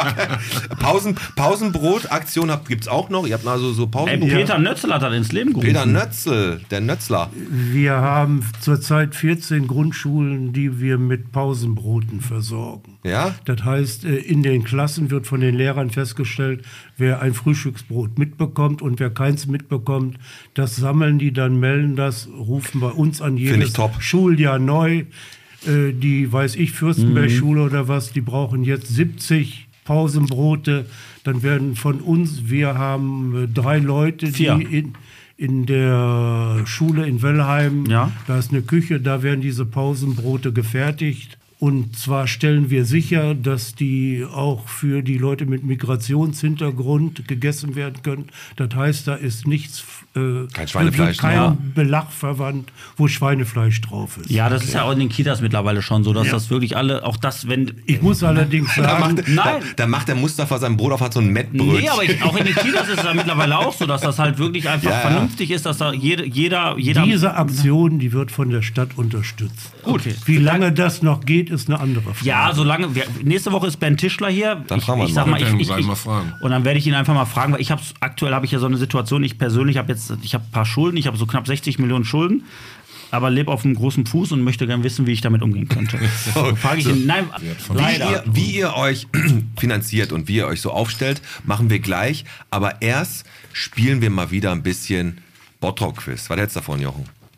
Pausenbrotaktion gibt's auch noch. Ihr habt also so Ey, Pausenbrot. Peter Nötzl hat das ins Leben gerufen. Peter Nötzl, der Nötzler. Wir haben zurzeit 14 Grundschulen, die wir mit Pausenbroten versorgen. Ja? Das heißt, in den Klassen wird von den Lehrern festgestellt, wer ein Frühstücksbrot mitbekommt und wer keins mitbekommt. Das sammeln die dann, melden das, rufen bei uns an Finde ich jedes top. Schuljahr neu. Die, weiß ich, Fürstenberg-Schule oder was, die brauchen jetzt 70 Pausenbrote. Dann werden von uns, wir haben 3 Leute, 4. die in der Schule in Wellheim, Ja. da ist eine Küche, da werden diese Pausenbrote gefertigt. Und zwar stellen wir sicher, dass die auch für die Leute mit Migrationshintergrund gegessen werden können. Das heißt, da ist nichts, Kein Schweinefleisch, wird kein ja. Belag verwandt, wo Schweinefleisch drauf ist. Ja, das ist ja auch in den Kitas mittlerweile schon so, dass das wirklich alle, auch das, wenn... Ich muss allerdings sagen, Da macht der Mustafa sein Brot auf, hat so ein Mettbrötchen. Nee, aber auch in den Kitas ist es ja mittlerweile auch so, dass das halt wirklich einfach Ja, ja. vernünftig ist, dass da jeder diese Aktion, die wird von der Stadt unterstützt. Gut. Wie lange das noch geht, ist eine andere Frage. Ja, solange nächste Woche ist Ben Tischler hier. Dann fragen wir ich ihn sag mal. mal, Wir können gleich mal fragen. und dann werde ich ihn einfach mal fragen, weil aktuell habe ich ja so eine Situation, ich persönlich habe ein paar Schulden, ich habe so knapp 60 Millionen Schulden, aber lebe auf einem großen Fuß und möchte gerne wissen, wie ich damit umgehen könnte. Frage ich ihn, nein, leider. Wie ihr euch finanziert und wie ihr euch so aufstellt, machen wir gleich. Aber erst spielen wir mal wieder ein bisschen Bottrop-Quiz. Was hältst du davon, Jochen?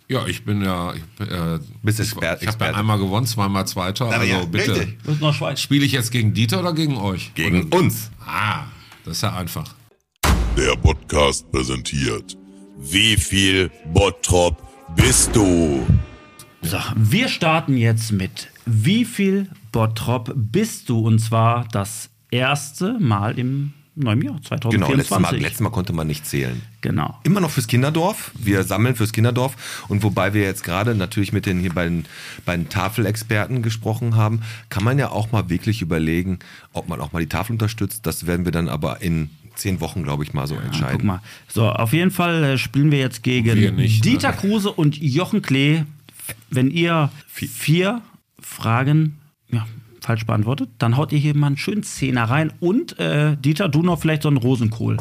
Ja, ich bin ja. Bist ich Experte. habe ja einmal gewonnen, zweimal Zweiter. Aber Also ja, bitte. richtig. Spiele ich jetzt gegen Dieter oder gegen euch? Gegen uns. Ah, das ist ja einfach. Der Podcast präsentiert. Wie viel Bottrop bist du? So, wir starten jetzt mit Wie viel Bottrop bist du? Und zwar das erste Mal im neuen Jahr, 2024. Genau, letztes Mal konnte man nicht zählen. Genau. Immer noch fürs Kinderdorf. Wir sammeln fürs Kinderdorf. Und wobei wir jetzt gerade natürlich mit den hier bei den Tafelexperten gesprochen haben, kann man ja auch mal wirklich überlegen, ob man auch mal die Tafel unterstützt. Das werden wir dann aber in 10 Wochen, glaube ich, mal so entscheiden. Guck mal. So, auf jeden Fall spielen wir jetzt gegen Dieter Kruse und Jochen Klee. Wenn ihr 4 Fragen falsch beantwortet, dann haut ihr hier mal einen schönen Zehner rein. Und Dieter, du noch vielleicht so einen Rosenkohl.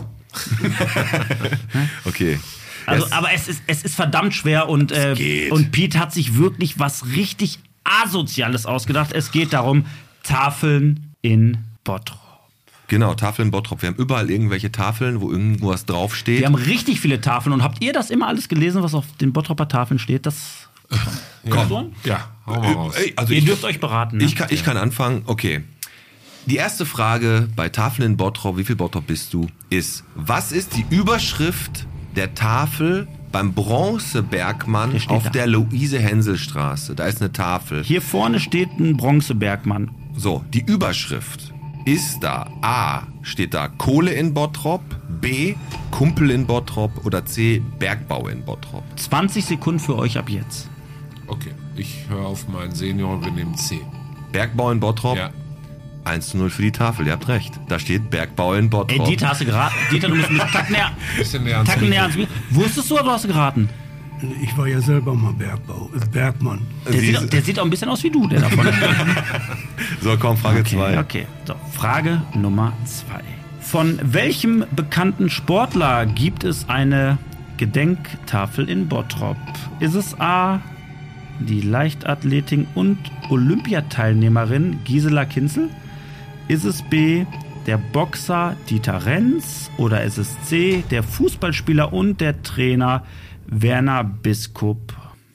Okay. Also, aber es ist verdammt schwer und Pete hat sich wirklich was richtig Asoziales ausgedacht. Es geht darum, Tafeln in Bottrop. Genau, Tafeln in Bottrop. Wir haben überall irgendwelche Tafeln, wo irgendwas draufsteht. Wir haben richtig viele Tafeln. Und habt ihr das immer alles gelesen, was auf den Bottroper Tafeln steht? Das Komm. Ja, hau mal raus. Also ihr dürft euch beraten. Ne? Ich kann anfangen. Okay. Die erste Frage bei Tafeln in Bottrop, wie viel Bottrop bist du, ist, was ist die Überschrift der Tafel beim Bronzebergmann auf der Luise-Hensel-Straße? Da ist eine Tafel. Hier vorne steht ein Bronzebergmann. So, die Überschrift ist da. A, steht da Kohle in Bottrop, B, Kumpel in Bottrop oder C, Bergbau in Bottrop. 20 Sekunden für euch ab jetzt. Okay, ich höre auf meinen Senior und wir nehmen C. Bergbau in Bottrop? Ja. 1:0 für die Tafel, ihr habt recht. Da steht Bergbau in Bottrop. Ey, Dieter, hast du geraten? Dieter, du musst mit Tacken näher. Bisschen näher ans Tacken näher ans Mikro. Wusstest du oder hast du geraten? Ich war ja selber mal Bergmann. Der sieht auch ein bisschen aus wie du, der da vorne. So, komm, Frage 2. Okay, so, Frage Nummer 2. Von welchem bekannten Sportler gibt es eine Gedenktafel in Bottrop? Ist es A, die Leichtathletin und Olympiateilnehmerin Gisela Kinzel? Ist es B, der Boxer Dieter Renz? Oder ist es C, der Fußballspieler und der Trainer Werner Biskup?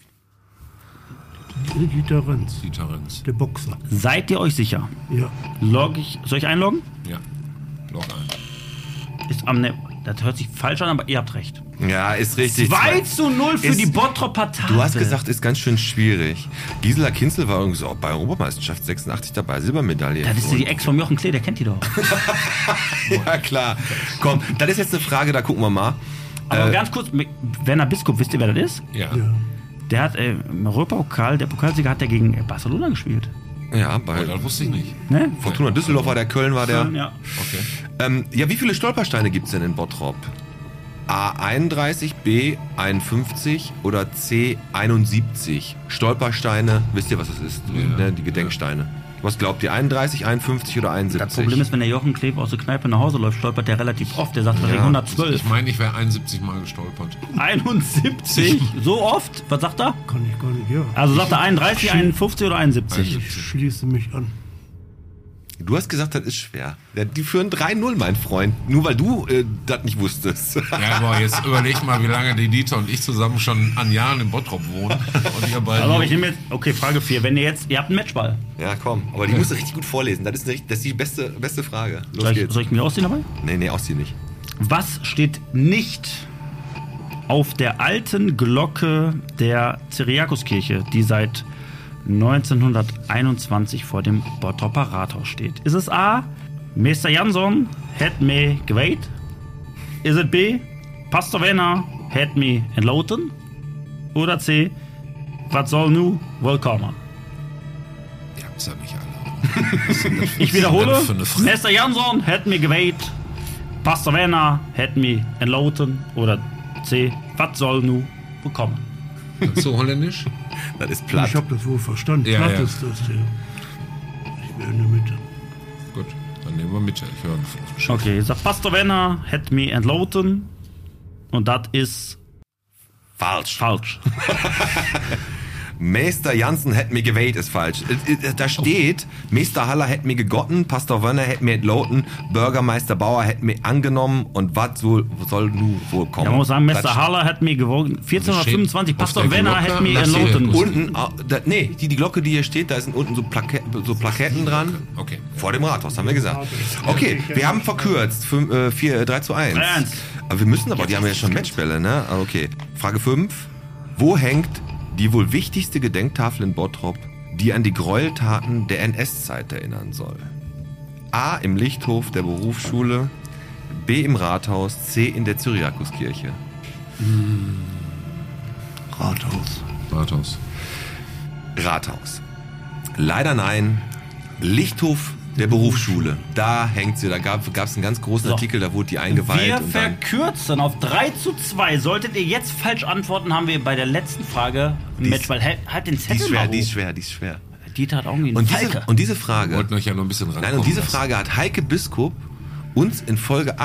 Dieter Renz, Dieter Renz. der Boxer. Seid ihr euch sicher? Ja. Soll ich einloggen? Ja, log ein. Das hört sich falsch an, aber ihr habt recht. Ja, ist richtig. 2:0 für Ist- die Bottroper Tafel. Du hast gesagt, ist ganz schön schwierig. Gisela Kinzel war irgendwie so bei Europameisterschaft 86 dabei, Silbermedaille. Das ist die Ex von Jochen Klee, der kennt die doch. Ja, klar. Komm, das ist jetzt eine Frage, da gucken wir mal. Aber ganz kurz, Werner Biskup, wisst ihr, wer das ist? Ja. Der hat im Europapokal, der Pokalsieger hat der gegen Barcelona gespielt. Ja, Oh, bei das wusste ich nicht. Ne? Fortuna Düsseldorf war der, Köln war der. Ja. Okay. Ja, wie viele Stolpersteine gibt es denn in Bottrop? A 31, B 51 oder C 71? Stolpersteine, wisst ihr, was es ist? Ja. Ne, die Gedenksteine. Was glaubt ihr, 31, 51 oder 71? Das Problem ist, wenn der Jochen Klee aus der Kneipe nach Hause läuft, stolpert der relativ oft. Der sagt wahrscheinlich 112. Ich meine, ich wäre 71 Mal gestolpert. 71? So oft? Was sagt er? Kann ich gar nicht, ja. Also sagt er 31, 51 oder 71? Ich schließe mich an. Du hast gesagt, das ist schwer. Ja, die führen 3:0, mein Freund. Nur weil du das nicht wusstest. Ja, aber jetzt überleg mal, wie lange die Dieter und ich zusammen schon an Jahren in Bottrop wohnen. Und ihr beiden. Also ich nehme jetzt, okay, Frage 4. Wenn ihr habt einen Matchball. Ja, komm. Aber die musst du richtig gut vorlesen. Das ist die beste Frage. Los geht's. Soll ich mir ausziehen dabei? Nee, ausziehen nicht. Was steht nicht auf der alten Glocke der Cyriakuskirche, die seit 1921 vor dem Bottroper Rathaus steht? Ist es A, Meister Jansson hat me geweiht? Ist es B, Pastor Werner hat me entlauten? Oder C, was soll nu willkommen? Ihr habt's ja nicht alle. Was ist denn das Ich wiederhole, für eine Frage? Meister Jansson hat me geweiht, Pastor Werner hat me entlauten? Oder C, was soll nu willkommen? Kannst du Holländisch? Das ist platt. Ich habe das wohl verstanden. Ja, Platt ja. ist das hier. Ich wäre in der Mitte. Gut, dann nehmen wir Mitte. Ich höre nicht. Okay, sagt Pastor Werner hat me entlauten. Und das ist Falsch. falsch. Meister Jansen hätt mir gewählt, ist falsch. Da steht, Meister Haller hätt mir gegotten, Pastor Wönner hätt mir entloten, Bürgermeister Bauer hätt mir angenommen und was soll nun wohl kommen? Ja, man muss sagen, Meister Haller hätt mir gewogen. 1425, Pastor Wönner hätt mir entloten. Unten, die Glocke, die hier steht, da sind unten so Plaketten dran. Okay. Vor dem Rathaus, haben wir gesagt. Okay, wir haben verkürzt. 3:1. Aber wir müssen die haben ja schon Matchbälle, ne? Okay. Frage 5. Wo hängt die wohl wichtigste Gedenktafel in Bottrop, die an die Gräueltaten der NS-Zeit erinnern soll? A. Im Lichthof der Berufsschule, B. im Rathaus, C. in der Cyriakuskirche. Rathaus. Leider nein. Lichthof der Berufsschule. Da hängt sie. Da gab es einen ganz großen Artikel, da wurde die eingeweiht. Wir verkürzen auf 3:2. Solltet ihr jetzt falsch antworten, haben wir bei der letzten Frage ein Match, weil halt den Zettel mal hoch. Die ist schwer. Dieter hat auch irgendwie und diese Frage. Wir wollten euch ja noch ein bisschen rankommen. Nein, und diese Frage hat Heike Biskup uns in Folge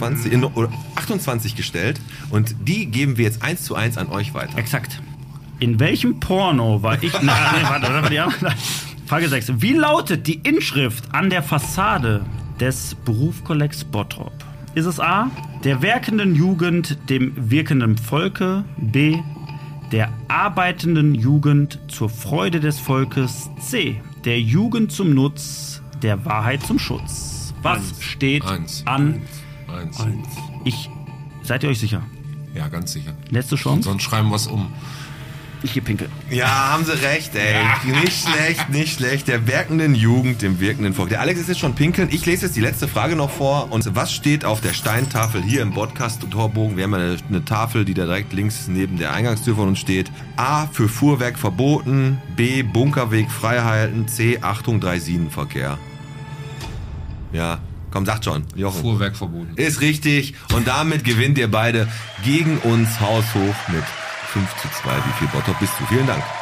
28 gestellt und die geben wir jetzt 1:1 an euch weiter. Exakt. In welchem Porno war ich... Frage 6. Wie lautet die Inschrift an der Fassade des Berufskollegs Bottrop? Ist es A, der werkenden Jugend, dem wirkenden Volke, B, der arbeitenden Jugend zur Freude des Volkes, C, der Jugend zum Nutz, der Wahrheit zum Schutz? Was steht an? 1. Seid ihr euch sicher? Ja, ganz sicher. Letzte Chance? Sonst schreiben wir es um. Ich geh pinkeln. Ja, haben sie recht, ey. Ja. Nicht schlecht. Der werkenden Jugend, dem wirkenden Volk. Der Alex ist jetzt schon pinkeln. Ich lese jetzt die letzte Frage noch vor. Und was steht auf der Steintafel hier im Podcast-Torbogen? Wir haben eine Tafel, die da direkt links neben der Eingangstür von uns steht. A, für Fuhrwerk verboten. B, Bunkerweg freihalten. C, Achtung, Dreisinenverkehr. Ja, komm, sagt schon. Jochen. Fuhrwerk verboten. Ist richtig. Und damit gewinnt ihr beide gegen uns haushoch mit 5:2. Wie viel Bottrop bist du? Vielen Dank.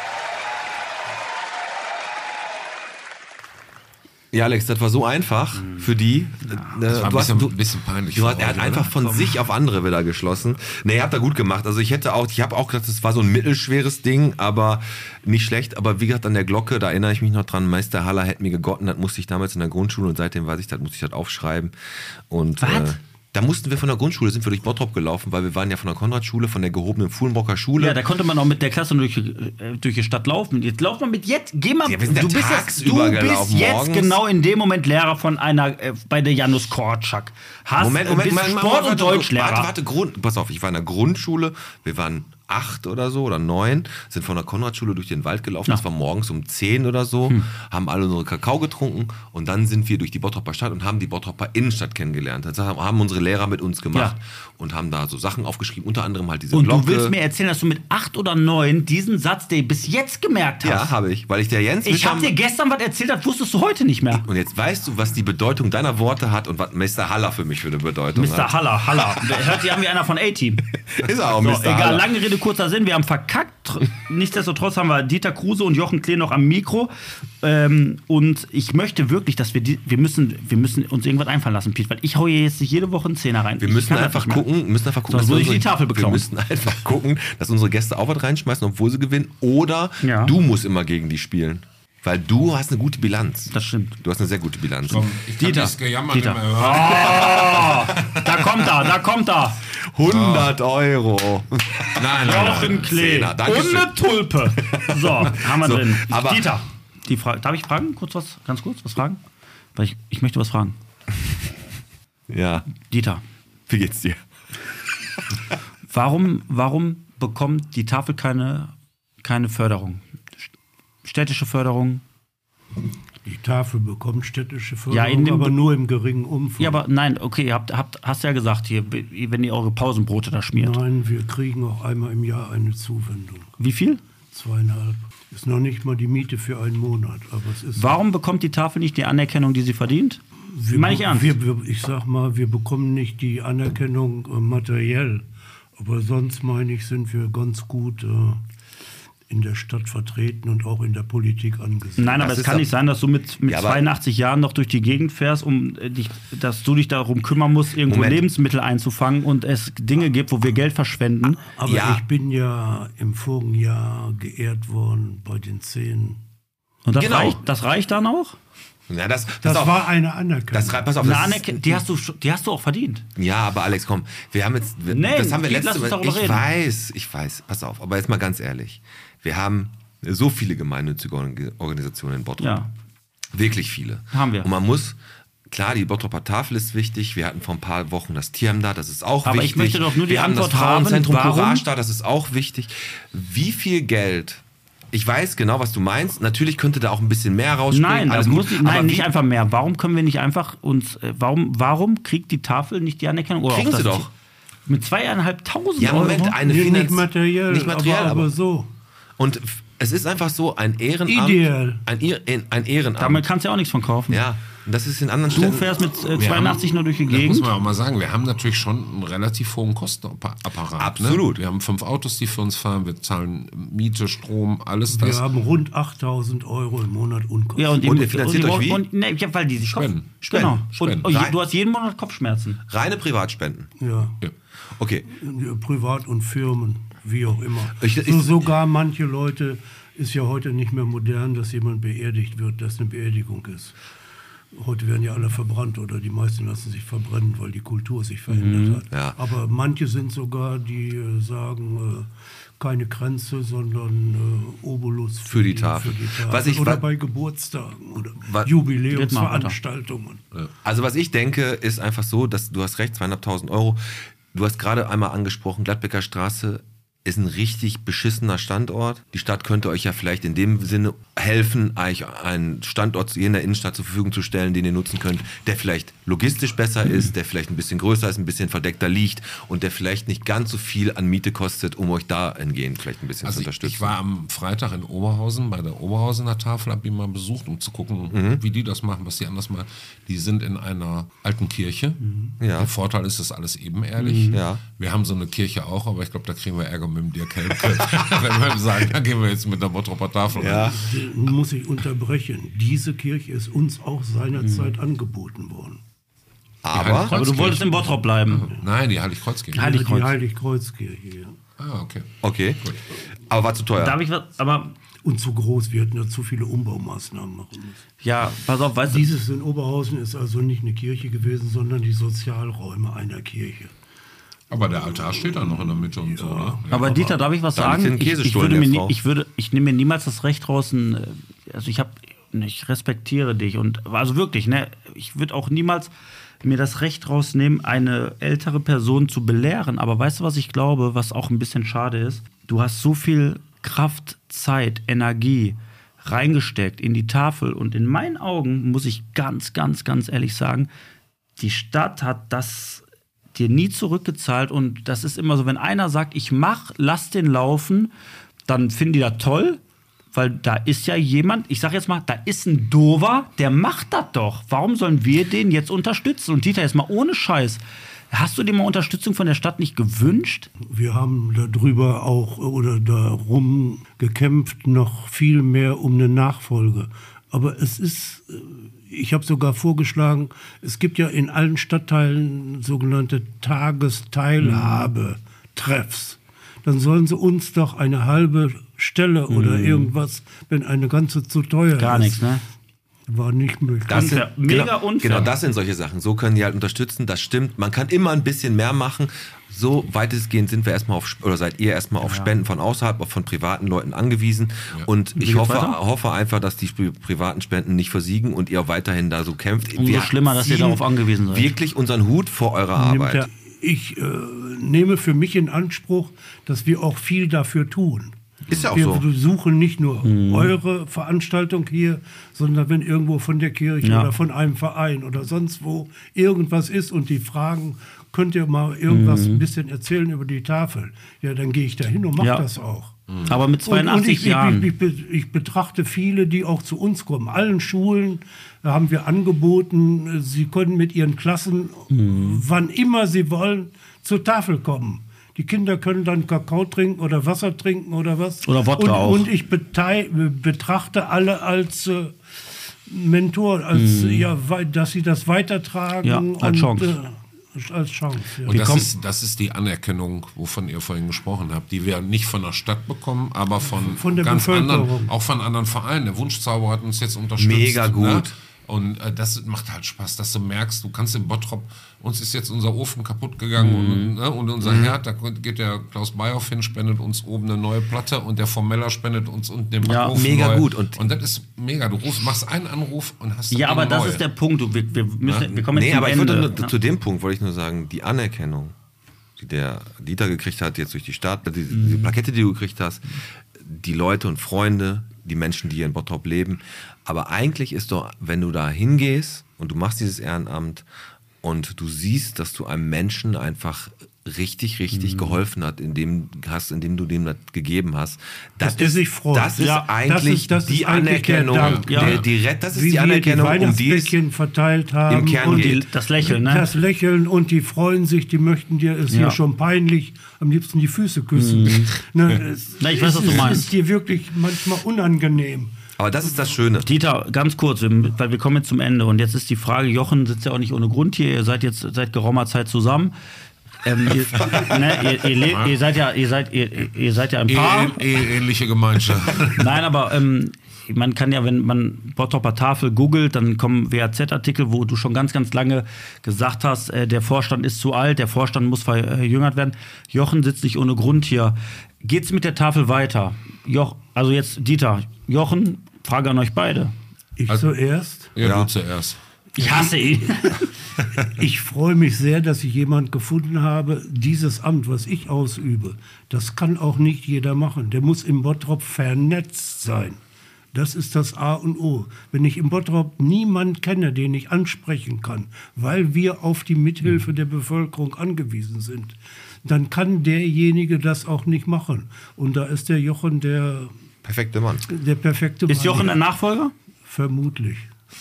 Ja, Alex, das war so einfach für die. Das war ein bisschen peinlich. Er hat einfach von sich auf andere wieder geschlossen. Nee, ihr habt da gut gemacht. Also ich habe auch gedacht, das war so ein mittelschweres Ding, aber nicht schlecht. Aber wie gesagt, an der Glocke, da erinnere ich mich noch dran, Meister Haller hätte mir gegotten, das musste ich damals in der Grundschule und seitdem weiß ich, das musste ich das aufschreiben. Und da mussten wir von der Grundschule, sind wir durch Bottrop gelaufen, weil wir waren ja von der Konradschule, von der gehobenen Fuhlenbrocker Schule. Ja, da konnte man auch mit der Klasse durch die Stadt laufen. Jetzt lauf mal geh mal, ja, wir sind du bist jetzt genau in dem Moment Lehrer von einer, bei der Janus Korczak. Moment, Sport- und Deutschlehrer. Warte, pass auf, ich war in der Grundschule, wir waren 8 oder so oder 9, sind von der Konradschule durch den Wald gelaufen. Das war morgens um 10 oder so, haben alle unsere Kakao getrunken und dann sind wir durch die Bottroper Stadt und haben die Bottroper Innenstadt kennengelernt. Das haben unsere Lehrer mit uns gemacht und haben da so Sachen aufgeschrieben, unter anderem halt diese Glocke. Und du willst mir erzählen, dass du mit 8 oder 9 diesen Satz, den du bis jetzt gemerkt hast? Ja, habe ich, weil ich der Jens... Ich habe dir gestern was erzählt, das wusstest du heute nicht mehr. Und jetzt weißt du, was die Bedeutung deiner Worte hat und was Mr. Haller für mich für eine Bedeutung hat. Mr. Haller. Hört sich an wie einer von A-Team. Ist er auch, Mr. Haller. Egal, lange Rede, kurzer Sinn, wir haben verkackt. Nichtsdestotrotz haben wir Dieter Kruse und Jochen Klee noch am Mikro. Und ich möchte wirklich, dass wir müssen uns irgendwas einfallen lassen, Piet, weil ich hau hier jetzt nicht jede Woche einen Zehner rein. Wir müssen einfach gucken, sonst würde ich die Tafel beklauen. Wir müssen einfach gucken, dass unsere Gäste auch was reinschmeißen, obwohl sie gewinnen. Oder du musst immer gegen die spielen. Weil du hast eine gute Bilanz. Das stimmt. Du hast eine sehr gute Bilanz. Komm, ich kann Dieter. das Gejammer Nicht mehr hören. Da kommt er. 100 Euro. Nein. Jochen Klee. Und eine Tulpe. So, haben wir drin. Aber Dieter, darf ich fragen? Ganz kurz, was fragen? Weil ich möchte was fragen. Ja. Dieter. Wie geht's dir? Warum bekommt die Tafel keine Förderung? Städtische Förderung? Die Tafel bekommt städtische Förderung, aber nur im geringen Umfang. Ja, aber nein, okay, hast ja gesagt hier, wenn ihr eure Pausenbrote da schmiert. Nein, wir kriegen auch einmal im Jahr eine Zuwendung. Wie viel? 2,5. Ist noch nicht mal die Miete für einen Monat. Aber es ist Warum bekommt die Tafel nicht die Anerkennung, die sie verdient? Meine ich ernst. Ich sag mal, wir bekommen nicht die Anerkennung materiell. Aber sonst, meine ich, sind wir ganz gut in der Stadt vertreten und auch in der Politik angesehen. Nein, aber es kann nicht sein, dass du mit 82 Jahren noch durch die Gegend fährst, dass du dich darum kümmern musst, irgendwo Lebensmittel einzufangen und es Dinge gibt, wo wir Geld verschwenden. Aber ich bin ja im vorigen Jahr geehrt worden bei den 10. Und das reicht dann auch? Ja, das war eine Anerkennung. Pass auf, die hast du auch verdient. Ja, aber Alex, komm, wir haben jetzt, das haben wir letzte Mal. Ich weiß, pass auf, aber jetzt mal ganz ehrlich. Wir haben so viele gemeinnützige Organisationen in Bottrop. Ja. Wirklich viele. Haben wir. Und man muss, klar, die Bottroper Tafel ist wichtig. Wir hatten vor ein paar Wochen das Tierheim da, das ist auch wichtig. Aber ich möchte doch nur die Antwort haben, wir haben das Frauenzentrum Courage da, das ist auch wichtig. Wie viel Geld... Ich weiß genau, was du meinst. Natürlich könnte da auch ein bisschen mehr rausspringen. Nein, nicht einfach mehr. Warum können wir nicht einfach warum kriegt die Tafel nicht die Anerkennung? Oder kriegen sie doch. Mit 2.500 ja, Moment, Euro? Nicht materiell, aber so. Und es ist einfach so ein Ehrenamt. Ideal. Ein Ehrenamt. Damit kannst du ja auch nichts von kaufen. Ja, und das ist in anderen Städten. Du fährst mit 82 nur durch die Gegend. Das muss man auch mal sagen, wir haben natürlich schon einen relativ hohen Kostenapparat. Absolut. Ne? Wir haben 5 Autos, die für uns fahren, wir zahlen Miete, Strom, alles das. Wir haben rund 8.000 Euro im Monat Unkosten. Ja, und ihr finanziert euch wie? Weil die Spenden. Genau. Spenden. Und du hast jeden Monat Kopfschmerzen. Reine Privatspenden. Ja. Okay. Privat und Firmen, wie auch immer. Sogar manche Leute, ist ja heute nicht mehr modern, dass jemand beerdigt wird, dass eine Beerdigung ist. Heute werden ja alle verbrannt oder die meisten lassen sich verbrennen, weil die Kultur sich verändert hat. Ja. Aber manche sind sogar, die sagen, keine Grenze, sondern Obolus für die Tafel. Oder bei Geburtstagen oder Jubiläumsveranstaltungen. Also was ich denke, ist einfach so, dass du hast recht, 2.500 Euro. Du hast gerade einmal angesprochen, Gladbecker Straße ist ein richtig beschissener Standort. Die Stadt könnte euch ja vielleicht in dem Sinne helfen, euch einen Standort hier in der Innenstadt zur Verfügung zu stellen, den ihr nutzen könnt, der vielleicht logistisch besser ist, der vielleicht ein bisschen größer ist, ein bisschen verdeckter liegt und der vielleicht nicht ganz so viel an Miete kostet, um euch dahingehend vielleicht ein bisschen zu unterstützen. Ich war am Freitag in Oberhausen, bei der Oberhausener Tafel, habe ich mal besucht, um zu gucken, wie die das machen, was die anders machen. Die sind in einer alten Kirche. Ja. Der Vorteil ist, das ist alles ebenerdig. Ja. Wir haben so eine Kirche auch, aber ich glaube, da kriegen wir Ärger mit dem Dirk Helmke, wenn wir sagen, dann gehen wir jetzt mit der Bottroper Tafel rein. Muss ich unterbrechen. Diese Kirche ist uns auch seinerzeit angeboten worden. Aber du wolltest in Bottrop bleiben. Nein, die Heiligkreuzkirche. Die Heiligkreuzkirche, ja. Okay. Aber war zu teuer. Darf ich was? Und zu groß. Wir hätten ja zu viele Umbaumaßnahmen machen müssen. Ja, pass auf, weißt du. Dieses in Oberhausen ist also nicht eine Kirche gewesen, sondern die Sozialräume einer Kirche. Aber der Altar steht da noch in der Mitte und so, ne? Ja, aber Dieter, darf ich was sagen? Ich nehme mir niemals das Recht raus, ich respektiere dich und also wirklich, ne, ich würde auch niemals mir das Recht rausnehmen, eine ältere Person zu belehren. Aber weißt du, was ich glaube, was auch ein bisschen schade ist? Du hast so viel Kraft, Zeit, Energie reingesteckt in die Tafel und in meinen Augen, muss ich ganz, ganz, ganz ehrlich sagen, die Stadt hat das dir nie zurückgezahlt und das ist immer so, wenn einer sagt, lass den laufen, dann finden die das toll, weil da ist ja jemand, ich sag jetzt mal, da ist ein Dover, der macht das doch. Warum sollen wir den jetzt unterstützen? Und Dieter, jetzt mal ohne Scheiß, hast du dir mal Unterstützung von der Stadt nicht gewünscht? Wir haben darüber auch oder darum gekämpft, noch viel mehr um eine Nachfolge. Aber es ist, ich habe sogar vorgeschlagen, es gibt ja in allen Stadtteilen sogenannte Tagesteilhabe-Treffs. Dann sollen sie uns doch eine halbe Stelle oder irgendwas, wenn eine ganze zu teuer ist. Gar nichts, ne? War nicht möglich. Mega unfair. Genau, das sind solche Sachen. So können die halt unterstützen, das stimmt. Man kann immer ein bisschen mehr machen. So weitestgehend sind wir seid ihr erstmal auf Spenden von außerhalb, auch von privaten Leuten angewiesen. Ja. Und ich hoffe einfach, dass die privaten Spenden nicht versiegen und ihr auch weiterhin da so kämpft. Umso schlimmer, dass ihr darauf angewiesen seid. Wirklich unseren Hut vor eurer Arbeit. Ich nehme für mich in Anspruch, dass wir auch viel dafür tun. Ist ja auch wir so. Wir besuchen nicht nur eure Veranstaltung hier, sondern wenn irgendwo von der Kirche oder von einem Verein oder sonst wo irgendwas ist und die fragen, könnt ihr mal irgendwas ein bisschen erzählen über die Tafel? Ja, dann gehe ich da hin und mache das auch. Aber mit 82 Jahren. Ich betrachte viele, die auch zu uns kommen. Allen Schulen haben wir angeboten, sie können mit ihren Klassen, wann immer sie wollen, zur Tafel kommen. Die Kinder können dann Kakao trinken oder Wasser trinken oder was. Oder Wodka auch. Und ich betrachte alle als Mentor, als dass sie das weitertragen. Ja, als Chance. Als Chance, ja. Und das ist die Anerkennung, wovon ihr vorhin gesprochen habt, die wir nicht von der Stadt bekommen, aber von der ganz Bevölkerung. anderen, auch von anderen Vereinen. Der Wunschzauber hat uns jetzt unterstützt. Mega gut. Ne? Und das macht halt Spaß, dass du merkst, du kannst in Bottrop, uns ist jetzt unser Ofen kaputt gegangen und unser Herd, da geht der Klaus Beihoff hin, spendet uns oben eine neue Platte und der Formeller spendet uns unten den Backofen mega neu. gut. Und das ist mega. Du machst einen Anruf und hast Ja, aber das neu. ist der Punkt. Wir kommen jetzt zum aber ich Ende. würde zu dem Punkt wollte ich nur sagen, die Anerkennung, die der Dieter gekriegt hat, jetzt durch die Stadt, die Plakette, die du gekriegt hast, die Leute und Freunde, die Menschen, die hier in Bottrop leben. Aber eigentlich ist doch, wenn du da hingehst und du machst dieses Ehrenamt und du siehst, dass du einem Menschen einfach richtig geholfen hat, indem du dem das gegeben hast. Dass der sich freut. Das ist eigentlich die Anerkennung. Das ist wie die Anerkennung, wir die Weihnachtsbäckchen verteilt haben. im Kern und geht. Das Lächeln, ne? Das Lächeln und die freuen sich, die möchten dir, ist hier schon peinlich, am liebsten die Füße küssen. Ne, Na, ich weiß, was du meinst. Es ist dir wirklich manchmal unangenehm. Aber das ist das Schöne. Dieter, ganz kurz, weil wir kommen jetzt zum Ende. Und jetzt ist die Frage, Jochen sitzt ja auch nicht ohne Grund hier. Ihr seid jetzt seit geraumer Zeit zusammen. Ihr seid ja ein Paar. Ähnliche Gemeinschaft. Nein, aber man kann ja, wenn man Bottroper Tafel googelt, dann kommen WAZ-Artikel, wo du schon ganz, ganz lange gesagt hast, der Vorstand ist zu alt, der Vorstand muss verjüngert werden. Jochen sitzt nicht ohne Grund hier. Geht's mit der Tafel weiter? Also jetzt Dieter, Jochen, Frage an euch beide. Ich zuerst? Ja, du zuerst. Ich hasse ihn. Ich freue mich sehr, dass ich jemand gefunden habe, dieses Amt, was ich ausübe, das kann auch nicht jeder machen. Der muss im Bottrop vernetzt sein. Das ist das A und O. Wenn ich im Bottrop niemanden kenne, den ich ansprechen kann, weil wir auf die Mithilfe der Bevölkerung angewiesen sind, dann kann derjenige das auch nicht machen. Und da ist der Jochen der Perfekte Mann. perfekte Mann. Ist Jochen der Nachfolger? Vermutlich.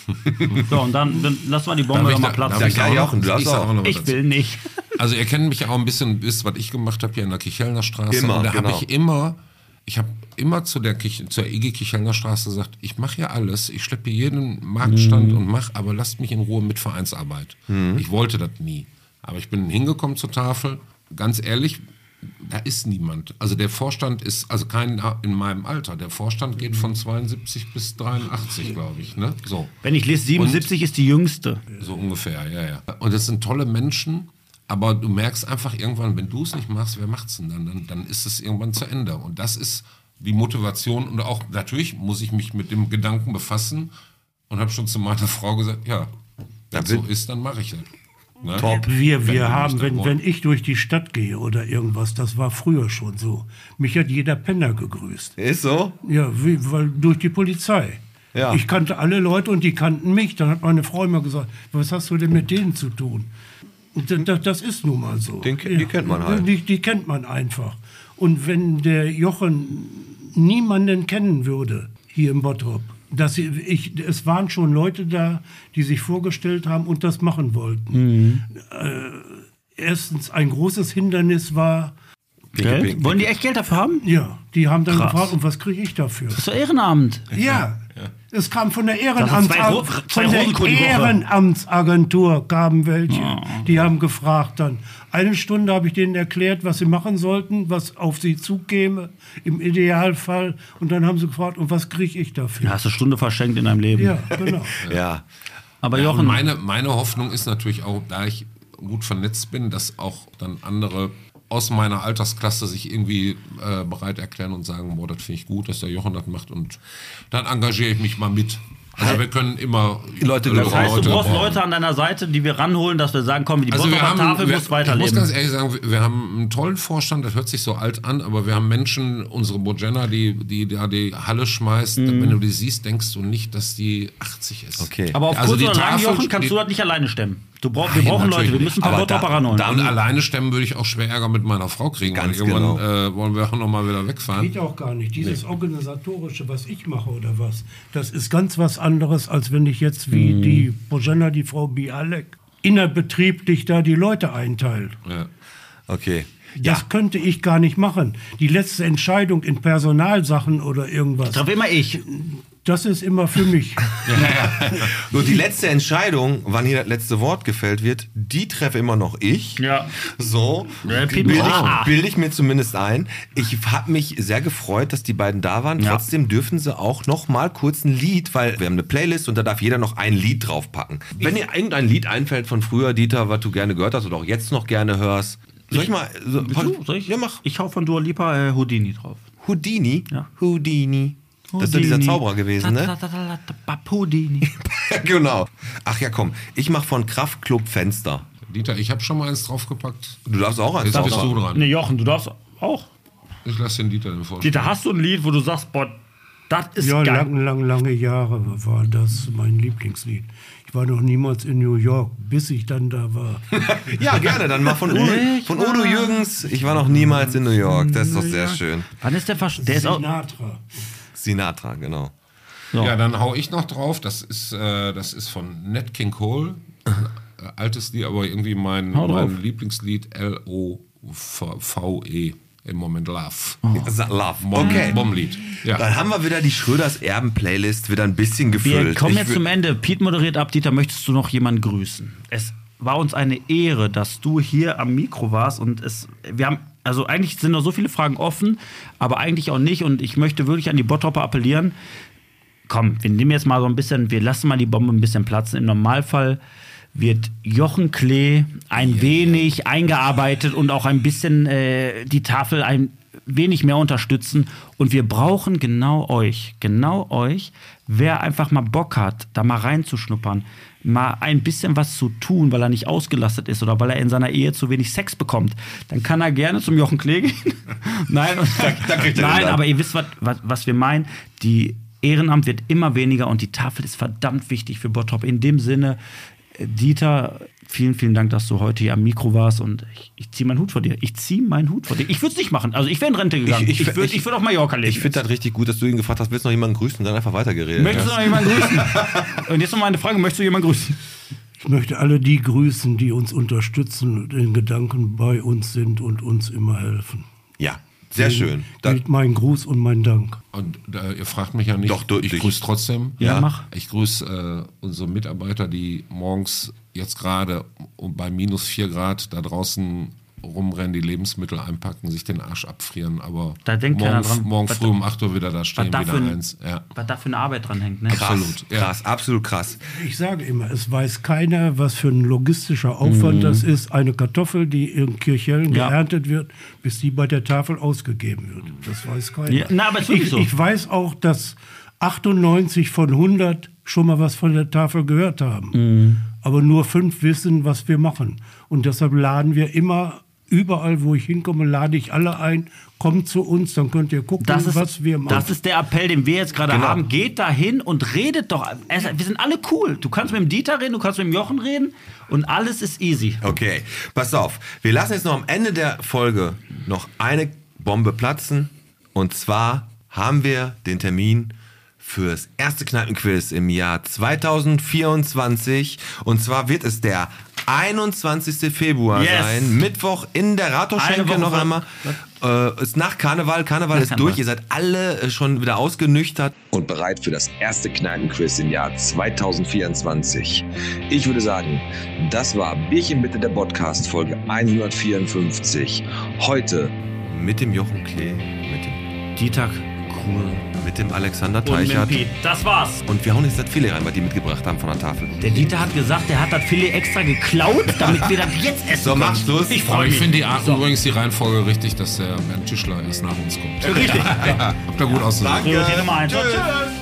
So, und dann lassen wir die Bombe doch mal platzen. Ich will nicht. Also ihr kennt mich auch ein bisschen, wisst, was ich gemacht habe hier in der Kichelner Straße. Immer, und da genau. ich habe immer zur EG Kichelner Straße gesagt, ich mache hier alles, ich schleppe jeden Marktstand und aber lasst mich in Ruhe mit Vereinsarbeit. Ich wollte das nie. Aber ich bin hingekommen zur Tafel, ganz ehrlich, da ist niemand. Also der Vorstand ist, also kein in meinem Alter. Der Vorstand geht von 72 bis 83, glaube ich. Ne? So. Wenn ich lese, 77 ist die jüngste. So ungefähr, ja. Und das sind tolle Menschen, aber du merkst einfach irgendwann, wenn du es nicht machst, wer macht es denn dann? Dann ist es irgendwann zu Ende. Und das ist die Motivation. Und auch natürlich muss ich mich mit dem Gedanken befassen und habe schon zu meiner Frau gesagt, ja, wenn es so ist, dann mache ich das. Ne? Top. Wir haben, wenn ich durch die Stadt gehe oder irgendwas, das war früher schon so, mich hat jeder Penner gegrüßt. Ist so? Ja, weil durch die Polizei. Ja. Ich kannte alle Leute und die kannten mich. Dann hat meine Frau immer gesagt, was hast du denn mit denen zu tun? Und das ist nun mal so. Die kennt man halt. Die kennt man einfach. Und wenn der Jochen niemanden kennen würde hier im Bottrop, es waren schon Leute da, die sich vorgestellt haben und das machen wollten. Erstens, ein großes Hindernis war... Geld? Wollen die echt Geld dafür haben? Ja, die haben dann Krass. gefragt, und was kriege ich dafür? Das ist doch Ehrenamt. Ja, es kam von der zwei Rosenkohl die Woche. Ehrenamtsagentur kamen welche. Die haben gefragt dann. 1 Stunde habe ich denen erklärt, was sie machen sollten, was auf sie zukäme, im Idealfall. Und dann haben sie gefragt, und was kriege ich dafür? Ja, hast du eine Stunde verschenkt in deinem Leben. Ja, genau. Ja. Aber Ja, Jochen, und meine Hoffnung ist natürlich auch, da ich gut vernetzt bin, dass auch dann andere aus meiner Altersklasse sich irgendwie bereit erklären und sagen, boah, das finde ich gut, dass der Jochen das macht und dann engagiere ich mich mal mit. Also wir können immer Leute, das heißt, du brauchst brauchen. Leute an deiner Seite, die wir ranholen, dass wir sagen, komm, die Bottroper Tafel muss weiterleben. Ich muss ganz ehrlich sagen, wir haben einen tollen Vorstand, das hört sich so alt an, aber wir haben Menschen, unsere Bojenna, die da die Halle schmeißt, wenn du die siehst, denkst du nicht, dass die 80 ist. Okay. Aber auf Also kurz die oder lang, Tafel- Jochen, kannst die- du das nicht alleine stemmen. Wir brauchen Nein, Leute, natürlich wir müssen ein paar Aber Bottroper ranholen. Und alleine stemmen würde ich auch schwer Ärger mit meiner Frau kriegen. Ganz weil irgendwann genau. wollen wir auch nochmal wieder wegfahren. Geht auch gar nicht. Dieses Organisatorische, was ich mache oder was, das ist ganz was anderes, als wenn ich jetzt wie die Bojenna, die Frau Bialek, innerbetrieblich da die Leute einteilt. Ja. Okay. Das könnte ich gar nicht machen. Die letzte Entscheidung in Personalsachen oder irgendwas, Treffe immer ich. das ist immer für mich. So, die letzte Entscheidung, wann hier das letzte Wort gefällt wird, die treffe immer noch ich. Ja. So, Ja, bilde ich mir zumindest ein. Ich habe mich sehr gefreut, dass die beiden da waren. Ja. Trotzdem dürfen sie auch noch mal kurz ein Lied, weil wir haben eine Playlist und da darf jeder noch ein Lied draufpacken. Wenn dir irgendein Lied einfällt von früher, Dieter, was du gerne gehört hast oder auch jetzt noch gerne hörst, soll ich mal... Soll ich? Ja, mach. Ich hau von Dua Lipa Houdini drauf. Houdini? Ja. Houdini. Das ist ja dieser Zauberer gewesen, ne? Houdini. Genau. Ach ja, komm. Ich mach von Kraftklub Fenster. Dieter, ich habe schon mal eins draufgepackt. Du darfst auch eins Jetzt bist draufpacken. du dran. Ne, Jochen, du darfst auch. Ich lasse den Dieter den vorstellen. Dieter, hast du ein Lied, wo du sagst, boah, das ist Ja, geil. lange Jahre war das mein Lieblingslied. Ich war noch niemals in New York, bis ich dann da war. Ja, gerne. Dann mal von Udo Jürgens. Ich war noch niemals in New York. Das ist doch sehr schön. Wann ist der Der ist auch. Sinatra. Sinatra, genau. So. Ja, dann hau ich noch drauf. Das ist von Nat King Cole. Ein altes Lied, aber irgendwie mein Lieblingslied. L-O-V-E. Im Moment Love. Love. Okay. Bombenlied. Ja. Dann haben wir wieder die Schröders Erben-Playlist wieder ein bisschen gefüllt. Wir kommen jetzt zum Ende. Piet moderiert ab. Dieter, möchtest du noch jemanden grüßen? Es war uns eine Ehre, dass du hier am Mikro warst und wir haben, also eigentlich sind noch so viele Fragen offen, aber eigentlich auch nicht und ich möchte wirklich an die Bottropper appellieren. Komm, wir nehmen jetzt mal so ein bisschen, wir lassen mal die Bombe ein bisschen platzen. Im Normalfall wird Jochen Klee ein wenig eingearbeitet und auch ein bisschen die Tafel ein wenig mehr unterstützen. Und wir brauchen genau euch, wer einfach mal Bock hat, da mal reinzuschnuppern, mal ein bisschen was zu tun, weil er nicht ausgelastet ist oder weil er in seiner Ehe zu wenig Sex bekommt, dann kann er gerne zum Jochen Klee gehen. Nein, aber ihr wisst, was wir meinen. Die Ehrenamt wird immer weniger und die Tafel ist verdammt wichtig für Bottrop. In dem Sinne, Dieter, vielen, vielen Dank, dass du heute hier am Mikro warst und ich ziehe meinen Hut vor dir. Ich würde es nicht machen. Also ich wäre in Rente gegangen. Ich würde auf Mallorca leben. Ich finde das richtig gut, dass du ihn gefragt hast, willst du noch jemanden grüßen und dann einfach weitergeredet. Möchtest du noch jemanden grüßen? Und jetzt noch mal eine Frage, möchtest du jemanden grüßen? Ich möchte alle die grüßen, die uns unterstützen und in Gedanken bei uns sind und uns immer helfen. Ja, sehr schön. Gilt mein Gruß und mein Dank. Und ihr fragt mich ja nicht. Doch, du, ich grüße trotzdem. Ja, mach. Ich grüße unsere Mitarbeiter, die morgens jetzt gerade bei minus 4 Grad da draußen rumrennen, die Lebensmittel einpacken, sich den Arsch abfrieren, aber Da denkt keiner dran. morgen früh um 8 Uhr wieder da stehen, wieder eins. Ja. Was da für eine Arbeit dran hängt, ne? Krass, krass, absolut krass. Ich sage immer, es weiß keiner, was für ein logistischer Aufwand das ist, eine Kartoffel, die in Kirchhellen geerntet wird, bis die bei der Tafel ausgegeben wird. Das weiß keiner. Ja, na, aber es ist wirklich so. Ich weiß auch, dass 98 von 100 schon mal was von der Tafel gehört haben. Aber nur 5 wissen, was wir machen. Und deshalb laden wir immer, überall, wo ich hinkomme, lade ich alle ein, kommt zu uns, dann könnt ihr gucken, was wir machen. Das ist der Appell, den wir jetzt gerade haben. Geht da hin und redet doch. Wir sind alle cool. Du kannst mit dem Dieter reden, du kannst mit dem Jochen reden und alles ist easy. Okay, pass auf. Wir lassen jetzt noch am Ende der Folge noch eine Bombe platzen. Und zwar haben wir den Termin fürs erste Kneipenquiz im Jahr 2024. Und zwar wird es der 21. Februar sein. Mittwoch in der Rathausschenke noch einmal. Ist nach Karneval. Karneval ist durch. Ihr seid alle schon wieder ausgenüchtert. Und bereit für das erste Kneipenquiz im Jahr 2024. Ich würde sagen, das war Bierchen bitte, der Podcast, Folge 154. Heute mit dem Jochen Klee, mit dem Dieter Kuhl, mit dem Alexander und mit Teichert. dem Piet. Das war's. Und wir hauen jetzt das Filet rein, was die mitgebracht haben von der Tafel. Der Dieter hat gesagt, der hat das Filet extra geklaut, damit wir das jetzt essen So, können. mach's los. Ich Aber freue ich mich. finde übrigens die Reihenfolge richtig, dass der Bernd Tischler erst nach uns kommt. Richtig. Habt ihr gut ausgesehen. Priorität Nummer 1. Tschüss.